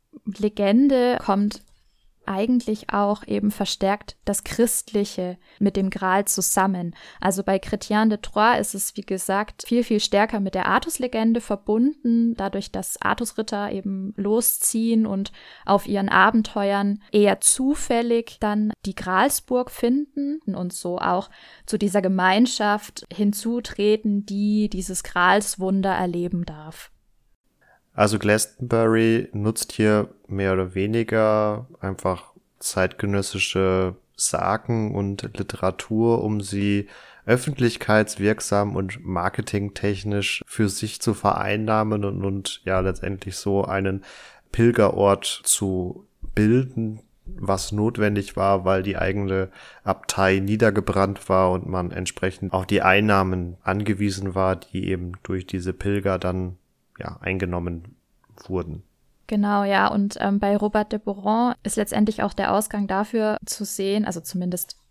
Legende kommt eigentlich auch eben verstärkt das Christliche mit dem Gral zusammen. Also bei Chrétien de Troyes ist es, wie gesagt, viel, viel stärker mit der Artus-Legende verbunden, dadurch, dass Artus-Ritter eben losziehen und auf ihren Abenteuern eher zufällig dann die Gralsburg finden und so auch zu dieser Gemeinschaft hinzutreten, die dieses Gralswunder erleben darf. Also Glastonbury nutzt hier mehr oder weniger einfach zeitgenössische Sagen und Literatur, um sie öffentlichkeitswirksam und marketingtechnisch für sich zu vereinnahmen und ja letztendlich so einen Pilgerort zu bilden, was notwendig war, weil die eigene Abtei niedergebrannt war und man entsprechend auf die Einnahmen angewiesen war, die eben durch diese Pilger dann eingenommen wurden. Genau, ja, und bei Robert de Boron ist letztendlich auch der Ausgang dafür zu sehen, also zumindest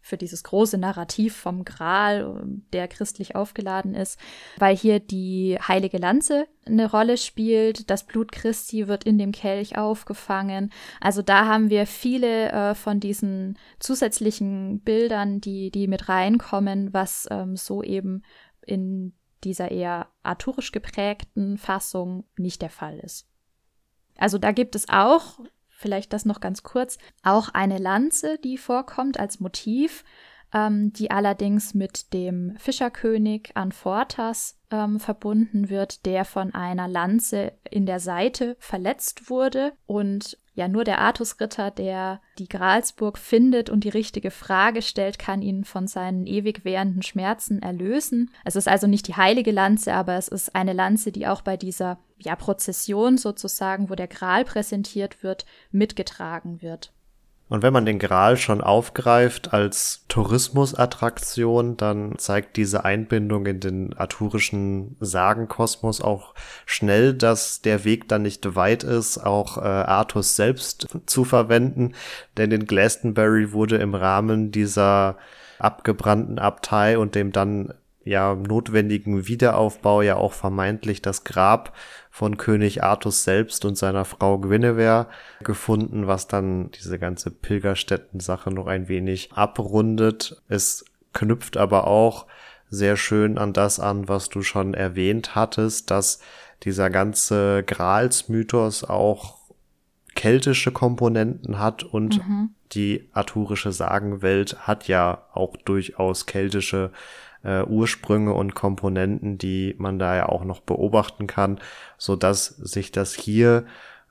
für dieses große Narrativ vom Gral, der christlich aufgeladen ist, weil hier die heilige Lanze eine Rolle spielt. Das Blut Christi wird in dem Kelch aufgefangen. Also da haben wir viele von diesen zusätzlichen Bildern, die mit reinkommen, was so eben in dieser eher arthurisch geprägten Fassung nicht der Fall ist. Also da gibt es auch, vielleicht das noch ganz kurz, auch eine Lanze, die vorkommt als Motiv, die allerdings mit dem Fischerkönig Anfortas verbunden wird, der von einer Lanze in der Seite verletzt wurde. Und ja, nur der Artusritter, der die Gralsburg findet und die richtige Frage stellt, kann ihn von seinen ewig währenden Schmerzen erlösen. Es ist also nicht die heilige Lanze, aber es ist eine Lanze, die auch bei dieser Prozession sozusagen, wo der Gral präsentiert wird, mitgetragen wird. Und wenn man den Gral schon aufgreift als Tourismusattraktion, dann zeigt diese Einbindung in den arthurischen Sagenkosmos auch schnell, dass der Weg dann nicht weit ist, auch Artus selbst zu verwenden. Denn in Glastonbury wurde im Rahmen dieser abgebrannten Abtei und dem dann notwendigen Wiederaufbau ja auch vermeintlich das Grab von König Artus selbst und seiner Frau Guinevere gefunden, was dann diese ganze Pilgerstätten-Sache noch ein wenig abrundet. Es knüpft aber auch sehr schön an das an, was du schon erwähnt hattest, dass dieser ganze Gralsmythos auch keltische Komponenten hat und die arthurische Sagenwelt hat ja auch durchaus keltische Ursprünge und Komponenten, die man da ja auch noch beobachten kann, so dass sich das hier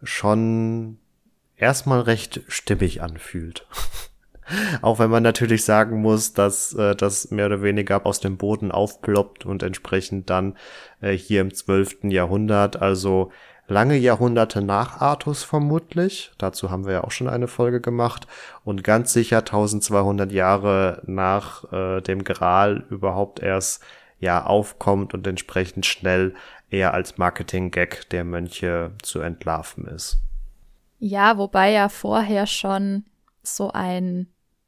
schon erstmal recht stimmig anfühlt. Auch wenn man natürlich sagen muss, dass das mehr oder weniger aus dem Boden aufploppt und entsprechend dann hier im 12. Jahrhundert, also lange Jahrhunderte nach Artus vermutlich, dazu haben wir ja auch schon eine Folge gemacht, und ganz sicher 1200 Jahre nach dem Gral überhaupt erst aufkommt und entsprechend schnell eher als Marketing-Gag der Mönche zu entlarven ist. Ja, wobei ja vorher schon so ein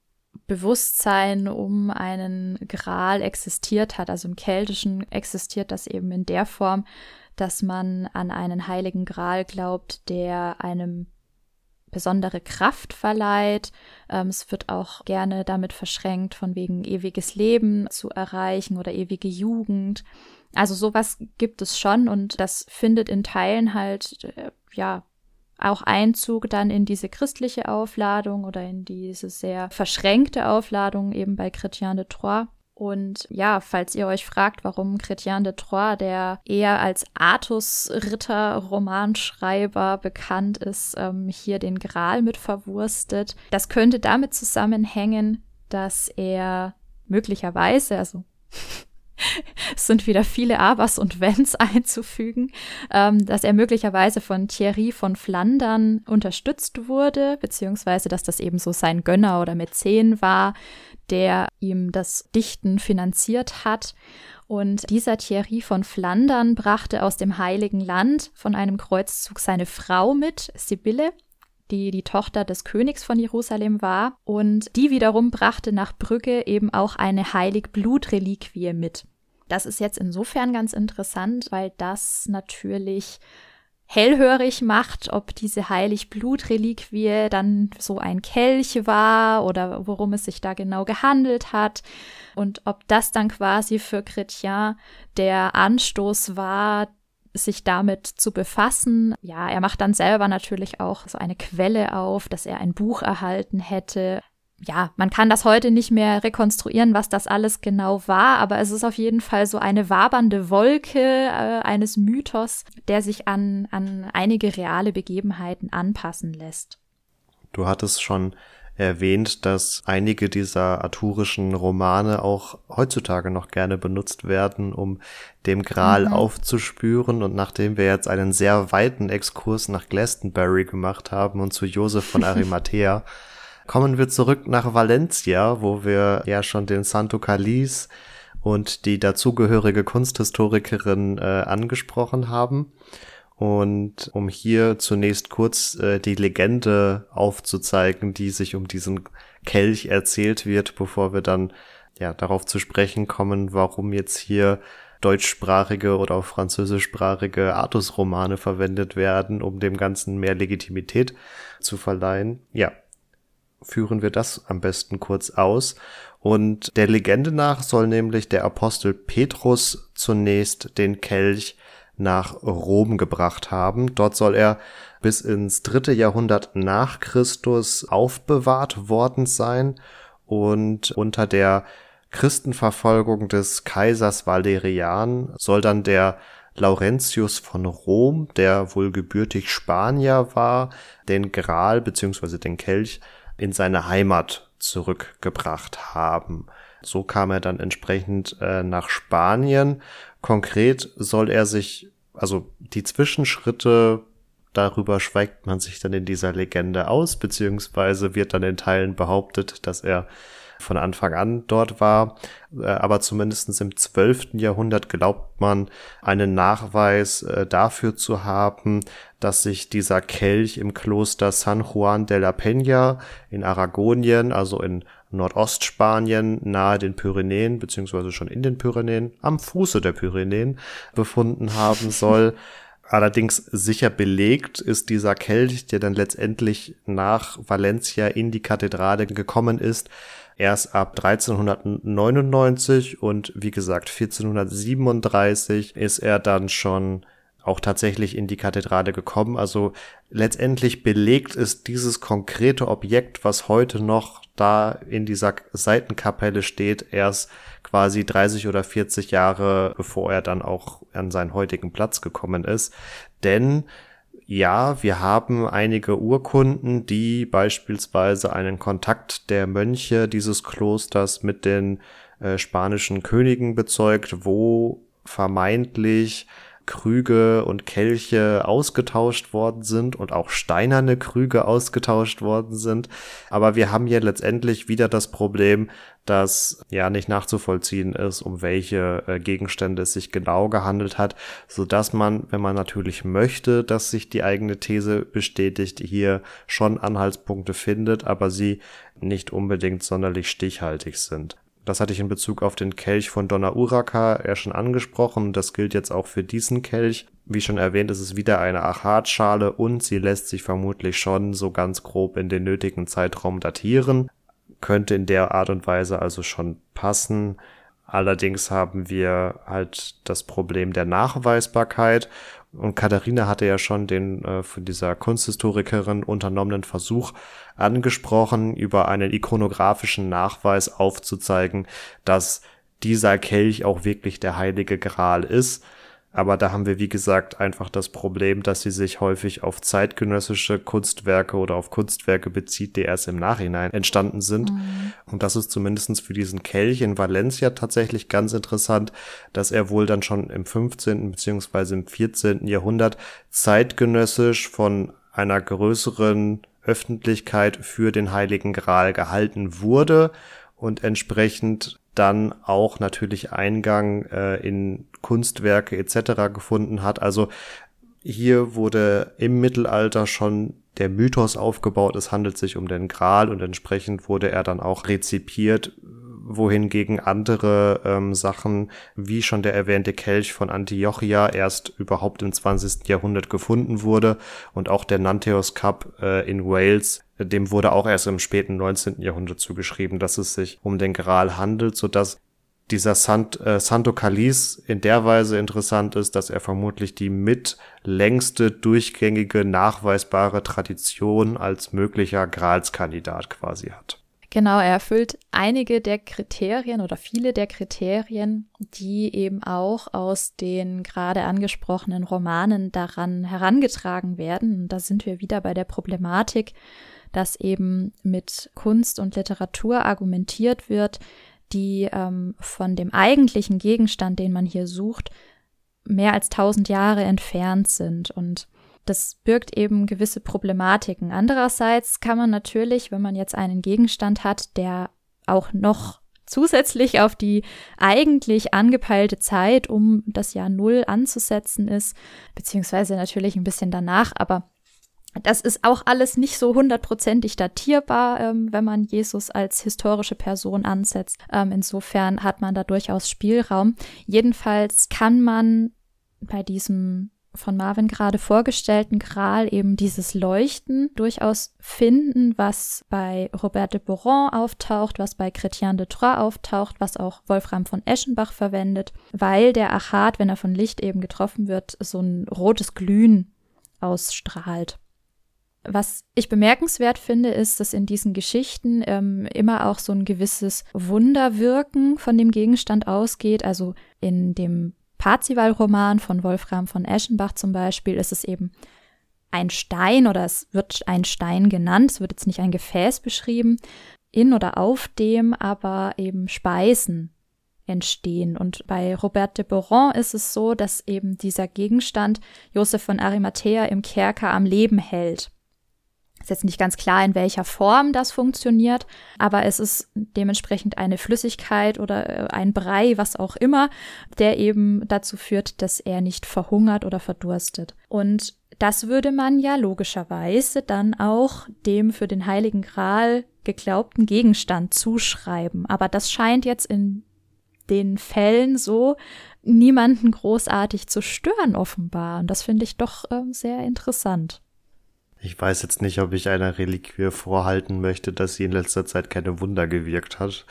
Bewusstsein um einen Gral existiert hat. Also im Keltischen existiert das eben in der Form, dass man an einen heiligen Gral glaubt, der einem besondere Kraft verleiht. Es wird auch gerne damit verschränkt, von wegen ewiges Leben zu erreichen oder ewige Jugend. Also sowas gibt es schon und das findet in Teilen halt, auch Einzug dann in diese christliche Aufladung oder in diese sehr verschränkte Aufladung eben bei Chrétien de Troyes. Und ja, falls ihr euch fragt, warum Chrétien de Troyes, der eher als Artus-Ritter-Romanschreiber bekannt ist, hier den Gral mit verwurstet, das könnte damit zusammenhängen, dass er möglicherweise, also es sind wieder viele Abers und Wenns einzufügen, dass er möglicherweise von Thierry von Flandern unterstützt wurde, beziehungsweise dass das eben so sein Gönner oder Mäzen war, der ihm das Dichten finanziert hat. Und dieser Thierry von Flandern brachte aus dem Heiligen Land von einem Kreuzzug seine Frau mit, Sibylle, die Tochter des Königs von Jerusalem war. Und die wiederum brachte nach Brügge eben auch eine Heiligblutreliquie mit. Das ist jetzt insofern ganz interessant, weil das natürlich hellhörig macht, ob diese Heiligblutreliquie dann so ein Kelch war oder worum es sich da genau gehandelt hat und ob das dann quasi für Chrétien der Anstoß war, sich damit zu befassen. Ja, er macht dann selber natürlich auch so eine Quelle auf, dass er ein Buch erhalten hätte. Ja, man kann das heute nicht mehr rekonstruieren, was das alles genau war, aber es ist auf jeden Fall so eine wabernde Wolke eines Mythos, der sich an einige reale Begebenheiten anpassen lässt. Du hattest schon erwähnt, dass einige dieser arthurischen Romane auch heutzutage noch gerne benutzt werden, um dem Gral aufzuspüren. Und nachdem wir jetzt einen sehr weiten Exkurs nach Glastonbury gemacht haben und zu Josef von Arimathea, kommen wir zurück nach Valencia, wo wir ja schon den Santo Cáliz und die dazugehörige Kunsthistorikerin angesprochen haben. Und um hier zunächst kurz die Legende aufzuzeigen, die sich um diesen Kelch erzählt wird, bevor wir dann darauf zu sprechen kommen, warum jetzt hier deutschsprachige oder auch französischsprachige Artus-Romane verwendet werden, um dem Ganzen mehr Legitimität zu verleihen. Ja, führen wir das am besten kurz aus. Und der Legende nach soll nämlich der Apostel Petrus zunächst den Kelch nach Rom gebracht haben. Dort soll er bis ins 3. Jahrhundert nach Christus aufbewahrt worden sein und unter der Christenverfolgung des Kaisers Valerian soll dann der Laurentius von Rom, der wohl gebürtig Spanier war, den Gral bzw. den Kelch in seine Heimat zurückgebracht haben. So kam er dann entsprechend nach Spanien. Konkret soll er sich, also die Zwischenschritte, darüber schweigt man sich dann in dieser Legende aus, beziehungsweise wird dann in Teilen behauptet, dass er von Anfang an dort war, aber zumindest im 12. Jahrhundert glaubt man, einen Nachweis dafür zu haben, dass sich dieser Kelch im Kloster San Juan de la Peña in Aragonien, also in Nordostspanien, nahe den Pyrenäen, beziehungsweise schon in den Pyrenäen, am Fuße der Pyrenäen befunden haben soll. Allerdings sicher belegt ist dieser Kelch, der dann letztendlich nach Valencia in die Kathedrale gekommen ist, erst ab 1399 und wie gesagt 1437 ist er dann schon auch tatsächlich in die Kathedrale gekommen. Also letztendlich belegt ist dieses konkrete Objekt, was heute noch da in dieser Seitenkapelle steht, erst quasi 30 oder 40 Jahre, bevor er dann auch an seinen heutigen Platz gekommen ist. Denn ja, wir haben einige Urkunden, die beispielsweise einen Kontakt der Mönche dieses Klosters mit den spanischen Königen bezeugt, wo vermeintlich Krüge und Kelche ausgetauscht worden sind und auch steinerne Krüge ausgetauscht worden sind. Aber wir haben hier letztendlich wieder das Problem, dass ja nicht nachzuvollziehen ist, um welche Gegenstände es sich genau gehandelt hat, sodass man, wenn man natürlich möchte, dass sich die eigene These bestätigt, hier schon Anhaltspunkte findet, aber sie nicht unbedingt sonderlich stichhaltig sind. Das hatte ich in Bezug auf den Kelch von Donna Urraca ja schon angesprochen. Das gilt jetzt auch für diesen Kelch. Wie schon erwähnt, ist es wieder eine Achatschale und sie lässt sich vermutlich schon so ganz grob in den nötigen Zeitraum datieren. Könnte in der Art und Weise also schon passen. Allerdings haben wir halt das Problem der Nachweisbarkeit. Und Katharina hatte ja schon den von dieser Kunsthistorikerin unternommenen Versuch angesprochen, über einen ikonografischen Nachweis aufzuzeigen, dass dieser Kelch auch wirklich der Heilige Gral ist. Aber da haben wir, wie gesagt, einfach das Problem, dass sie sich häufig auf zeitgenössische Kunstwerke oder auf Kunstwerke bezieht, die erst im Nachhinein entstanden sind. Und das ist zumindest für diesen Kelch in Valencia tatsächlich ganz interessant, dass er wohl dann schon im 15. bzw. im 14. Jahrhundert zeitgenössisch von einer größeren Öffentlichkeit für den Heiligen Gral gehalten wurde und entsprechend dann auch natürlich Eingang in Kunstwerke etc. gefunden hat. Also hier wurde im Mittelalter schon der Mythos aufgebaut, es handelt sich um den Gral und entsprechend wurde er dann auch rezipiert, wohingegen andere Sachen, wie schon der erwähnte Kelch von Antiochia, erst überhaupt im 20. Jahrhundert gefunden wurde und auch der Nanteos Cup in Wales, dem wurde auch erst im späten 19. Jahrhundert zugeschrieben, dass es sich um den Gral handelt, sodass dieser Santo Cáliz in der Weise interessant ist, dass er vermutlich die längste durchgängige nachweisbare Tradition als möglicher Gralskandidat quasi hat. Genau, er erfüllt einige der Kriterien oder viele der Kriterien, die eben auch aus den gerade angesprochenen Romanen daran herangetragen werden. Und da sind wir wieder bei der Problematik, dass eben mit Kunst und Literatur argumentiert wird, die von dem eigentlichen Gegenstand, den man hier sucht, mehr als 1000 Jahre entfernt sind. Und das birgt eben gewisse Problematiken. Andererseits kann man natürlich, wenn man jetzt einen Gegenstand hat, der auch noch zusätzlich auf die eigentlich angepeilte Zeit, um das Jahr 0 anzusetzen ist, beziehungsweise natürlich ein bisschen danach, aber das ist auch alles nicht so 100%ig datierbar, wenn man Jesus als historische Person ansetzt. Insofern hat man da durchaus Spielraum. Jedenfalls kann man bei diesem von Marvin gerade vorgestellten Gral eben dieses Leuchten durchaus finden, was bei Robert de Boron auftaucht, was bei Chrétien de Troyes auftaucht, was auch Wolfram von Eschenbach verwendet, weil der Achat, wenn er von Licht eben getroffen wird, so ein rotes Glühen ausstrahlt. Was ich bemerkenswert finde, ist, dass in diesen Geschichten immer auch so ein gewisses Wunderwirken von dem Gegenstand ausgeht. Also in dem Parzival-Roman von Wolfram von Eschenbach zum Beispiel ist es eben ein Stein oder es wird ein Stein genannt, es wird jetzt nicht ein Gefäß beschrieben, in oder auf dem aber eben Speisen entstehen. Und bei Robert de Boron ist es so, dass eben dieser Gegenstand Josef von Arimathäa im Kerker am Leben hält. Ist jetzt nicht ganz klar, in welcher Form das funktioniert, aber es ist dementsprechend eine Flüssigkeit oder ein Brei, was auch immer, der eben dazu führt, dass er nicht verhungert oder verdurstet. Und das würde man ja logischerweise dann auch dem für den Heiligen Gral geglaubten Gegenstand zuschreiben. Aber das scheint jetzt in den Fällen so niemanden großartig zu stören offenbar. Und das finde ich doch sehr interessant. Ich weiß jetzt nicht, ob ich einer Reliquie vorhalten möchte, dass sie in letzter Zeit keine Wunder gewirkt hat.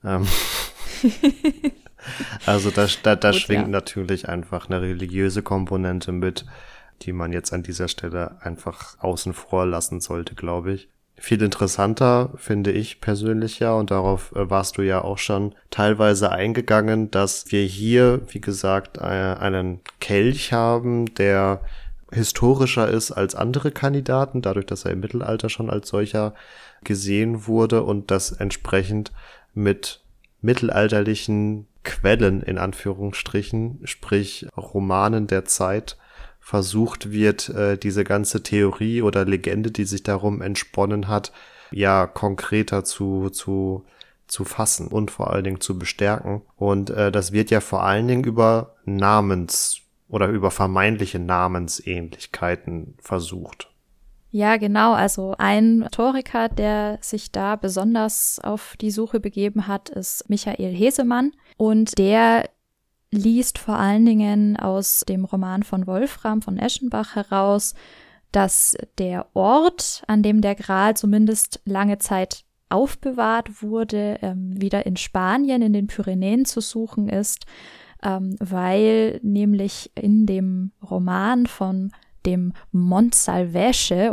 Also da Gut, schwingt natürlich einfach eine religiöse Komponente mit, die man jetzt an dieser Stelle einfach außen vor lassen sollte, glaube ich. Viel interessanter finde ich persönlich ja, und darauf warst du ja auch schon teilweise eingegangen, dass wir hier, wie gesagt, einen Kelch haben, der historischer ist als andere Kandidaten, dadurch, dass er im Mittelalter schon als solcher gesehen wurde und das entsprechend mit mittelalterlichen Quellen in Anführungsstrichen, sprich Romanen der Zeit, versucht wird, diese ganze Theorie oder Legende, die sich darum entsponnen hat, ja konkreter zu fassen und vor allen Dingen zu bestärken. Und das wird ja vor allen Dingen über oder über vermeintliche Namensähnlichkeiten versucht. Ja, genau. Also ein Historiker, der sich da besonders auf die Suche begeben hat, ist Michael Hesemann. Und der liest vor allen Dingen aus dem Roman von Wolfram von Eschenbach heraus, dass der Ort, an dem der Gral zumindest lange Zeit aufbewahrt wurde, wieder in Spanien, in den Pyrenäen zu suchen ist, weil nämlich in dem Roman von dem Montsalvesche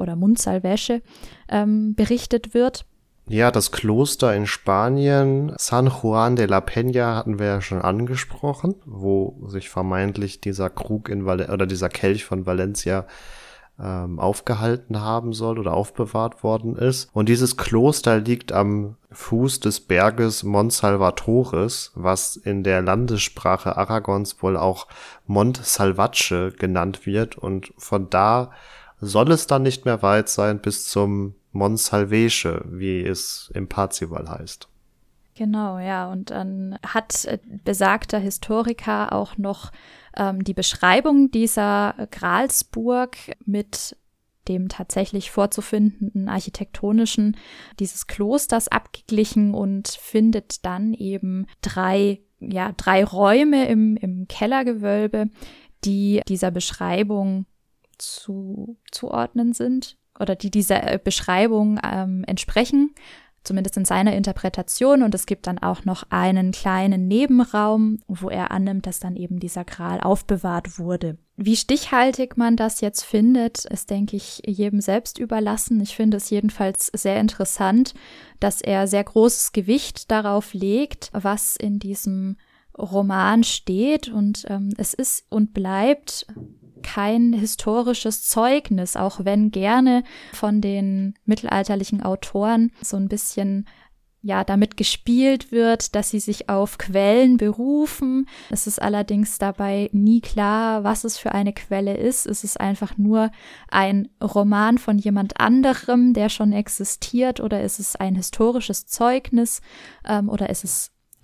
berichtet wird. Ja, das Kloster in Spanien, San Juan de la Peña, hatten wir ja schon angesprochen, wo sich vermeintlich dieser Krug oder dieser Kelch von Valencia aufgehalten haben soll oder aufbewahrt worden ist. Und dieses Kloster liegt am Fuß des Berges Montsalvatores, was in der Landessprache Aragons wohl auch Mont Salvatge genannt wird. Und von da soll es dann nicht mehr weit sein bis zum Mont Salvesche, wie es im Parzival heißt. Genau, ja. Und dann hat besagter Historiker auch noch die Beschreibung dieser Gralsburg mit dem tatsächlich vorzufindenden architektonischen dieses Klosters abgeglichen und findet dann eben drei Räume im Kellergewölbe, die dieser Beschreibung zuzuordnen sind oder die dieser Beschreibung entsprechen, zumindest in seiner Interpretation. Und es gibt dann auch noch einen kleinen Nebenraum, wo er annimmt, dass dann eben dieser Gral aufbewahrt wurde. Wie stichhaltig man das jetzt findet, ist, denke ich, jedem selbst überlassen. Ich finde es jedenfalls sehr interessant, dass er sehr großes Gewicht darauf legt, was in diesem Roman steht. Und es ist und bleibt kein historisches Zeugnis, auch wenn gerne von den mittelalterlichen Autoren so ein bisschen damit gespielt wird, dass sie sich auf Quellen berufen. Es ist allerdings dabei nie klar, was es für eine Quelle ist. Es ist einfach nur ein Roman von jemand anderem, der schon existiert, oder ist es ein historisches Zeugnis, oder ist es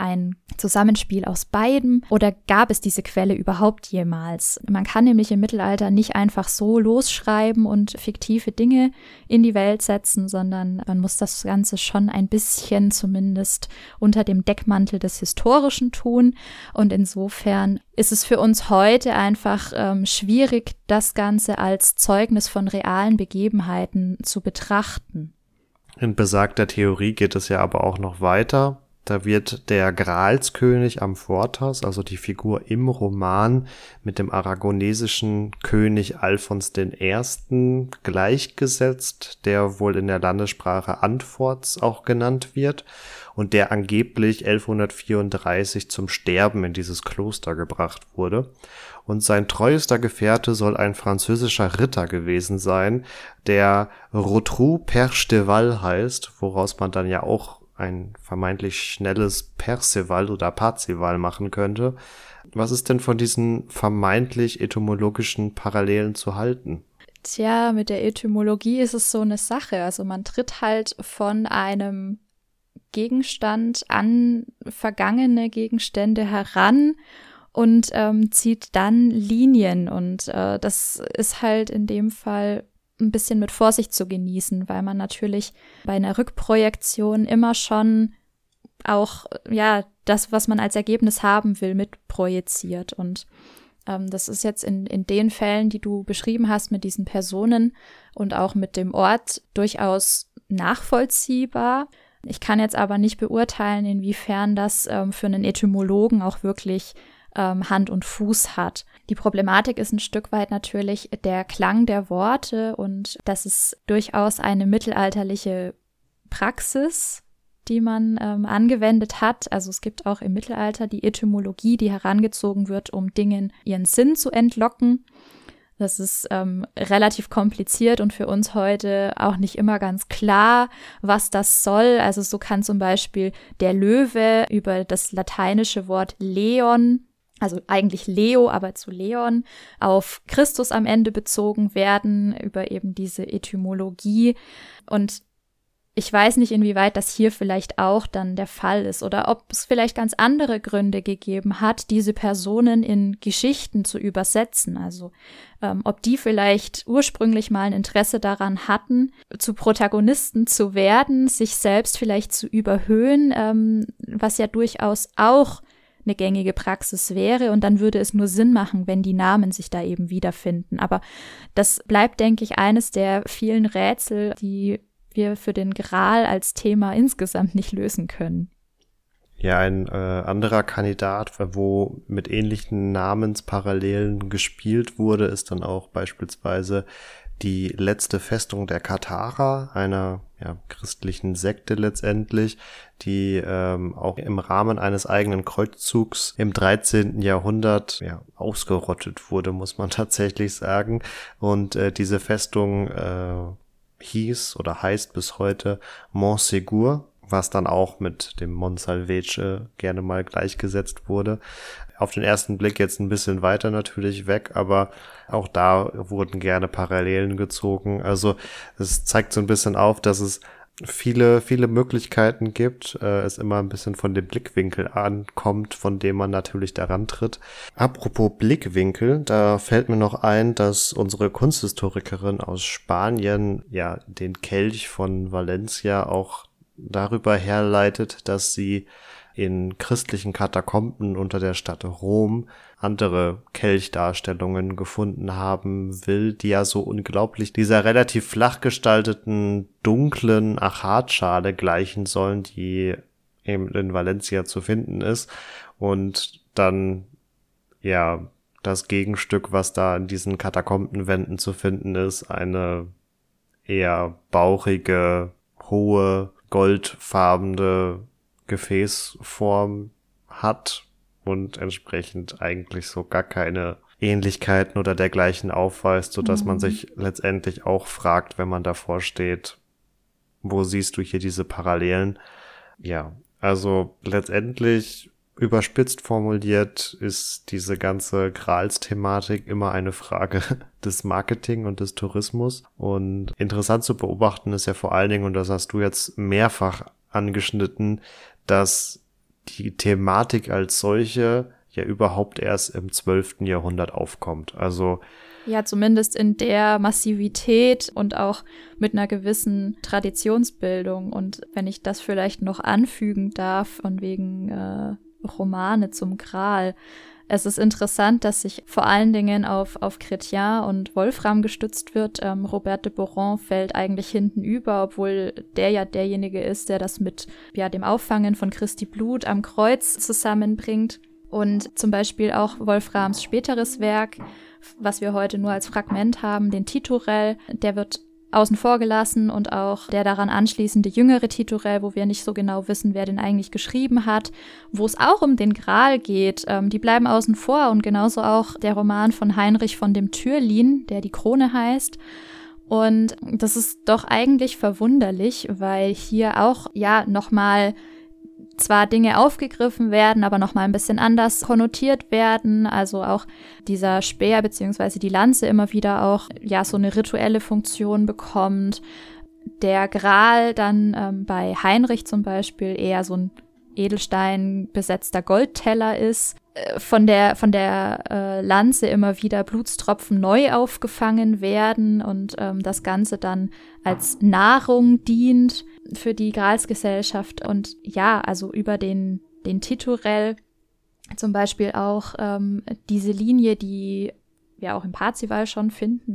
ein Zusammenspiel aus beidem oder gab es diese Quelle überhaupt jemals? Man kann nämlich im Mittelalter nicht einfach so losschreiben und fiktive Dinge in die Welt setzen, sondern man muss das Ganze schon ein bisschen zumindest unter dem Deckmantel des Historischen tun. Und insofern ist es für uns heute einfach schwierig, das Ganze als Zeugnis von realen Begebenheiten zu betrachten. In besagter Theorie geht es ja aber auch noch weiter. Da wird der Gralskönig Amfortas, also die Figur im Roman, mit dem aragonesischen König Alfons I. gleichgesetzt, der wohl in der Landessprache Antforts auch genannt wird und der angeblich 1134 zum Sterben in dieses Kloster gebracht wurde. Und sein treuester Gefährte soll ein französischer Ritter gewesen sein, der Rotrou Percheval heißt, woraus man dann ja auch ein vermeintlich schnelles Perceval oder Parzival machen könnte. Was ist denn von diesen vermeintlich etymologischen Parallelen zu halten? Tja, mit der Etymologie ist es so eine Sache. Also man tritt halt von einem Gegenstand an vergangene Gegenstände heran und zieht dann Linien. Und das ist halt in dem Fall ein bisschen mit Vorsicht zu genießen, weil man natürlich bei einer Rückprojektion immer schon auch, ja, das, was man als Ergebnis haben will, mitprojiziert. Und das ist jetzt in den Fällen, die du beschrieben hast, mit diesen Personen und auch mit dem Ort durchaus nachvollziehbar. Ich kann jetzt aber nicht beurteilen, inwiefern das für einen Etymologen auch wirklich Hand und Fuß hat. Die Problematik ist ein Stück weit natürlich der Klang der Worte und das ist durchaus eine mittelalterliche Praxis, die man angewendet hat. Also es gibt auch im Mittelalter die Etymologie, die herangezogen wird, um Dingen ihren Sinn zu entlocken. Das ist relativ kompliziert und für uns heute auch nicht immer ganz klar, was das soll. Also so kann zum Beispiel der Löwe über das lateinische Wort Leon, also eigentlich Leo, aber zu Leon, auf Christus am Ende bezogen werden, über eben diese Etymologie. Und ich weiß nicht, inwieweit das hier vielleicht auch dann der Fall ist oder ob es vielleicht ganz andere Gründe gegeben hat, diese Personen in Geschichten zu übersetzen. Also ob die vielleicht ursprünglich mal ein Interesse daran hatten, zu Protagonisten zu werden, sich selbst vielleicht zu überhöhen, was ja durchaus auch eine gängige Praxis wäre und dann würde es nur Sinn machen, wenn die Namen sich da eben wiederfinden. Aber das bleibt, denke ich, eines der vielen Rätsel, die wir für den Gral als Thema insgesamt nicht lösen können. Ja, ein anderer Kandidat, wo mit ähnlichen Namensparallelen gespielt wurde, ist dann auch beispielsweise die letzte Festung der Katharer, einer christlichen Sekte letztendlich, die auch im Rahmen eines eigenen Kreuzzugs im 13. Jahrhundert ausgerottet wurde, muss man tatsächlich sagen. Und diese Festung hieß oder heißt bis heute Montségur, was dann auch mit dem Montsalvece gerne mal gleichgesetzt wurde. Auf den ersten Blick jetzt ein bisschen weiter natürlich weg, aber auch da wurden gerne Parallelen gezogen. Also es zeigt so ein bisschen auf, dass es viele Möglichkeiten gibt, es immer ein bisschen von dem Blickwinkel ankommt, von dem man natürlich daran tritt. Apropos Blickwinkel, da fällt mir noch ein, dass unsere Kunsthistorikerin aus Spanien den Kelch von Valencia auch darüber herleitet, dass sie in christlichen Katakomben unter der Stadt Rom andere Kelchdarstellungen gefunden haben will, die ja so unglaublich dieser relativ flach gestalteten, dunklen Achatschale gleichen sollen, die eben in Valencia zu finden ist. Und dann, das Gegenstück, was da in diesen Katakombenwänden zu finden ist, eine eher bauchige, hohe, goldfarbene Gefäßform hat und entsprechend eigentlich so gar keine Ähnlichkeiten oder dergleichen aufweist, sodass man sich letztendlich auch fragt, wenn man davor steht, wo siehst du hier diese Parallelen? Ja, also letztendlich überspitzt formuliert ist diese ganze Grals-Thematik immer eine Frage des Marketing und des Tourismus. Und interessant zu beobachten ist ja vor allen Dingen, und das hast du jetzt mehrfach angeschnitten, dass die Thematik als solche ja überhaupt erst im 12. Jahrhundert aufkommt. Also ja, zumindest in der Massivität und auch mit einer gewissen Traditionsbildung. Und wenn ich das vielleicht noch anfügen darf, von wegen Romane zum Gral. Es ist interessant, dass sich vor allen Dingen auf Chrétien und Wolfram gestützt wird. Robert de Boron fällt eigentlich hinten über, obwohl der ja derjenige ist, der das mit dem Auffangen von Christi Blut am Kreuz zusammenbringt. Und zum Beispiel auch Wolframs späteres Werk, was wir heute nur als Fragment haben, den Titurel, der wird außen vor gelassen, und auch der daran anschließende jüngere Titurel, wo wir nicht so genau wissen, wer den eigentlich geschrieben hat, wo es auch um den Gral geht, die bleiben außen vor, und genauso auch der Roman von Heinrich von dem Türlin, der die Krone heißt. Und das ist doch eigentlich verwunderlich, weil hier auch nochmal zwar Dinge aufgegriffen werden, aber nochmal ein bisschen anders konnotiert werden. Also auch dieser Speer bzw. die Lanze immer wieder auch so eine rituelle Funktion bekommt. Der Gral dann bei Heinrich zum Beispiel eher so ein Edelstein besetzter Goldteller ist. Von der Lanze immer wieder Blutstropfen neu aufgefangen werden und das Ganze dann als Nahrung dient für die Gralsgesellschaft. Und also über den Titurel zum Beispiel auch diese Linie, die wir auch im Parzival schon finden,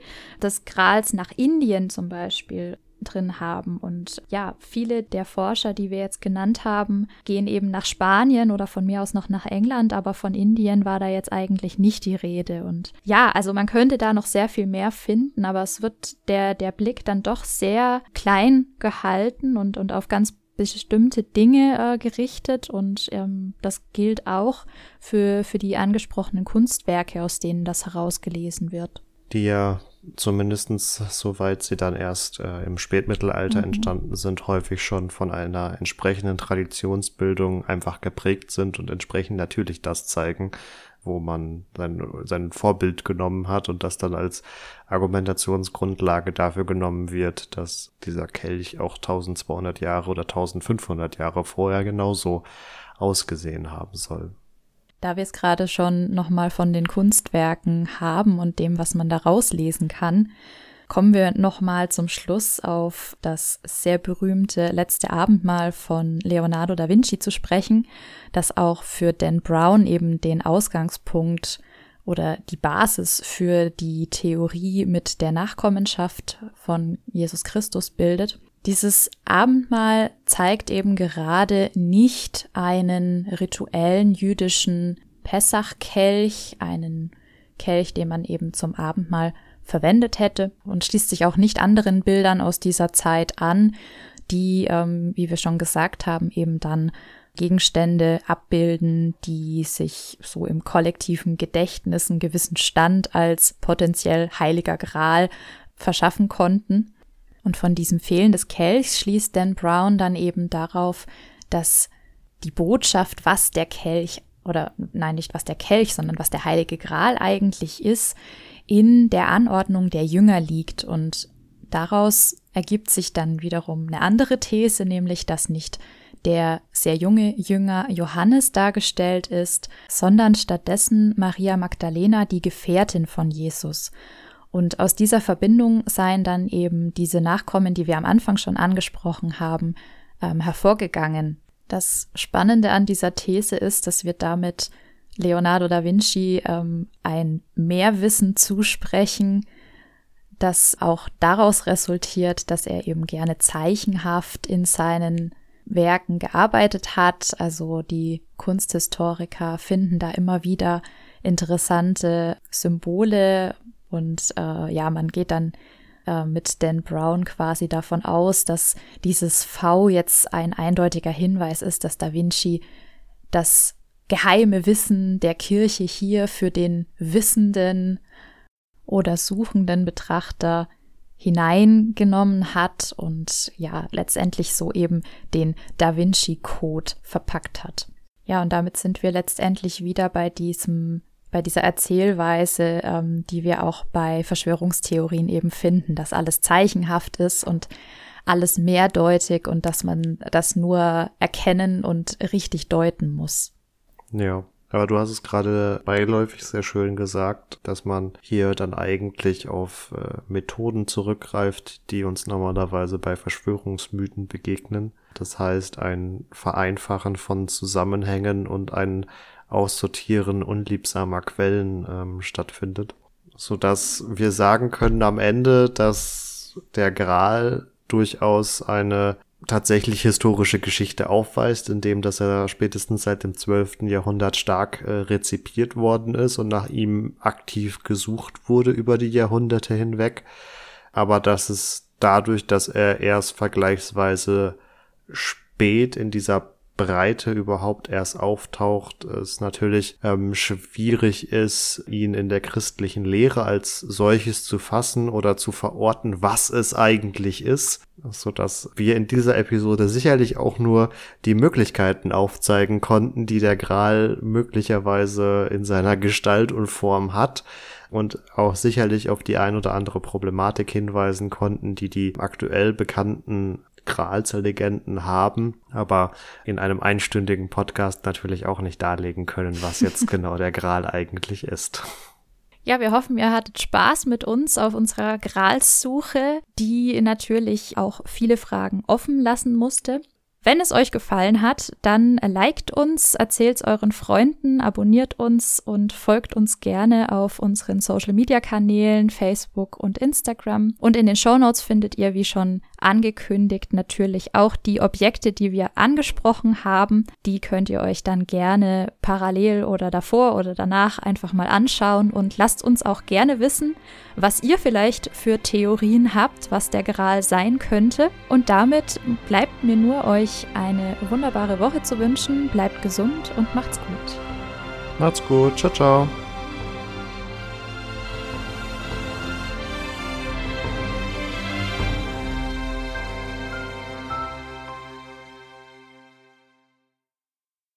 des Grals nach Indien zum Beispiel drin haben. Und viele der Forscher, die wir jetzt genannt haben, gehen eben nach Spanien oder von mir aus noch nach England, aber von Indien war da jetzt eigentlich nicht die Rede. Und also man könnte da noch sehr viel mehr finden, aber es wird der Blick dann doch sehr klein gehalten und auf ganz bestimmte Dinge gerichtet, und das gilt auch für die angesprochenen Kunstwerke, aus denen das herausgelesen wird. Die ja zumindestens, soweit sie dann erst im Spätmittelalter entstanden sind, häufig schon von einer entsprechenden Traditionsbildung einfach geprägt sind und entsprechend natürlich das zeigen, wo man sein Vorbild genommen hat und das dann als Argumentationsgrundlage dafür genommen wird, dass dieser Kelch auch 1200 Jahre oder 1500 Jahre vorher genauso ausgesehen haben soll. Da wir es gerade schon nochmal von den Kunstwerken haben und dem, was man da rauslesen kann, kommen wir nochmal zum Schluss auf das sehr berühmte Letzte Abendmahl von Leonardo da Vinci zu sprechen, das auch für Dan Brown eben den Ausgangspunkt oder die Basis für die Theorie mit der Nachkommenschaft von Jesus Christus bildet. Dieses Abendmahl zeigt eben gerade nicht einen rituellen jüdischen Pessachkelch, einen Kelch, den man eben zum Abendmahl verwendet hätte, und schließt sich auch nicht anderen Bildern aus dieser Zeit an, die, wie wir schon gesagt haben, eben dann Gegenstände abbilden, die sich so im kollektiven Gedächtnis einen gewissen Stand als potenziell heiliger Gral verschaffen konnten. Und von diesem Fehlen des Kelchs schließt Dan Brown dann eben darauf, dass die Botschaft, was der Kelch, oder nein, nicht was der Kelch, sondern was der Heilige Gral eigentlich ist, in der Anordnung der Jünger liegt. Und daraus ergibt sich dann wiederum eine andere These, nämlich, dass nicht der sehr junge Jünger Johannes dargestellt ist, sondern stattdessen Maria Magdalena, die Gefährtin von Jesus. Und aus dieser Verbindung seien dann eben diese Nachkommen, die wir am Anfang schon angesprochen haben, hervorgegangen. Das Spannende an dieser These ist, dass wir damit Leonardo da Vinci ein Mehrwissen zusprechen, das auch daraus resultiert, dass er eben gerne zeichenhaft in seinen Werken gearbeitet hat. Also die Kunsthistoriker finden da immer wieder interessante Symbole. Und man geht dann mit Dan Brown quasi davon aus, dass dieses V jetzt ein eindeutiger Hinweis ist, dass Da Vinci das geheime Wissen der Kirche hier für den wissenden oder suchenden Betrachter hineingenommen hat und letztendlich so eben den Da Vinci Code verpackt hat. Ja, und damit sind wir letztendlich wieder bei dieser Erzählweise, die wir auch bei Verschwörungstheorien eben finden, dass alles zeichenhaft ist und alles mehrdeutig und dass man das nur erkennen und richtig deuten muss. Ja. Aber du hast es gerade beiläufig sehr schön gesagt, dass man hier dann eigentlich auf Methoden zurückgreift, die uns normalerweise bei Verschwörungsmythen begegnen. Das heißt, ein Vereinfachen von Zusammenhängen und ein Aussortieren unliebsamer Quellen stattfindet. Sodass wir sagen können am Ende, dass der Gral durchaus eine tatsächlich historische Geschichte aufweist, indem dass er spätestens seit dem 12. Jahrhundert stark rezipiert worden ist und nach ihm aktiv gesucht wurde über die Jahrhunderte hinweg. Aber dass es dadurch, dass er erst vergleichsweise spät in dieser Breite überhaupt erst auftaucht, es natürlich schwierig ist, ihn in der christlichen Lehre als solches zu fassen oder zu verorten, was es eigentlich ist, sodass wir in dieser Episode sicherlich auch nur die Möglichkeiten aufzeigen konnten, die der Gral möglicherweise in seiner Gestalt und Form hat und auch sicherlich auf die ein oder andere Problematik hinweisen konnten, die aktuell bekannten Gralslegenden haben, aber in einem einstündigen Podcast natürlich auch nicht darlegen können, was jetzt genau der Gral eigentlich ist. Ja, wir hoffen, ihr hattet Spaß mit uns auf unserer Gralssuche, die natürlich auch viele Fragen offen lassen musste. Wenn es euch gefallen hat, dann liked uns, erzählt es euren Freunden, abonniert uns und folgt uns gerne auf unseren Social-Media-Kanälen, Facebook und Instagram. Und in den Shownotes findet ihr, wie schon angekündigt, natürlich auch die Objekte, die wir angesprochen haben. Die könnt ihr euch dann gerne parallel oder davor oder danach einfach mal anschauen und lasst uns auch gerne wissen, was ihr vielleicht für Theorien habt, was der Gral sein könnte. Und damit bleibt mir nur, euch eine wunderbare Woche zu wünschen. Bleibt gesund und macht's gut. Macht's gut. Ciao, ciao.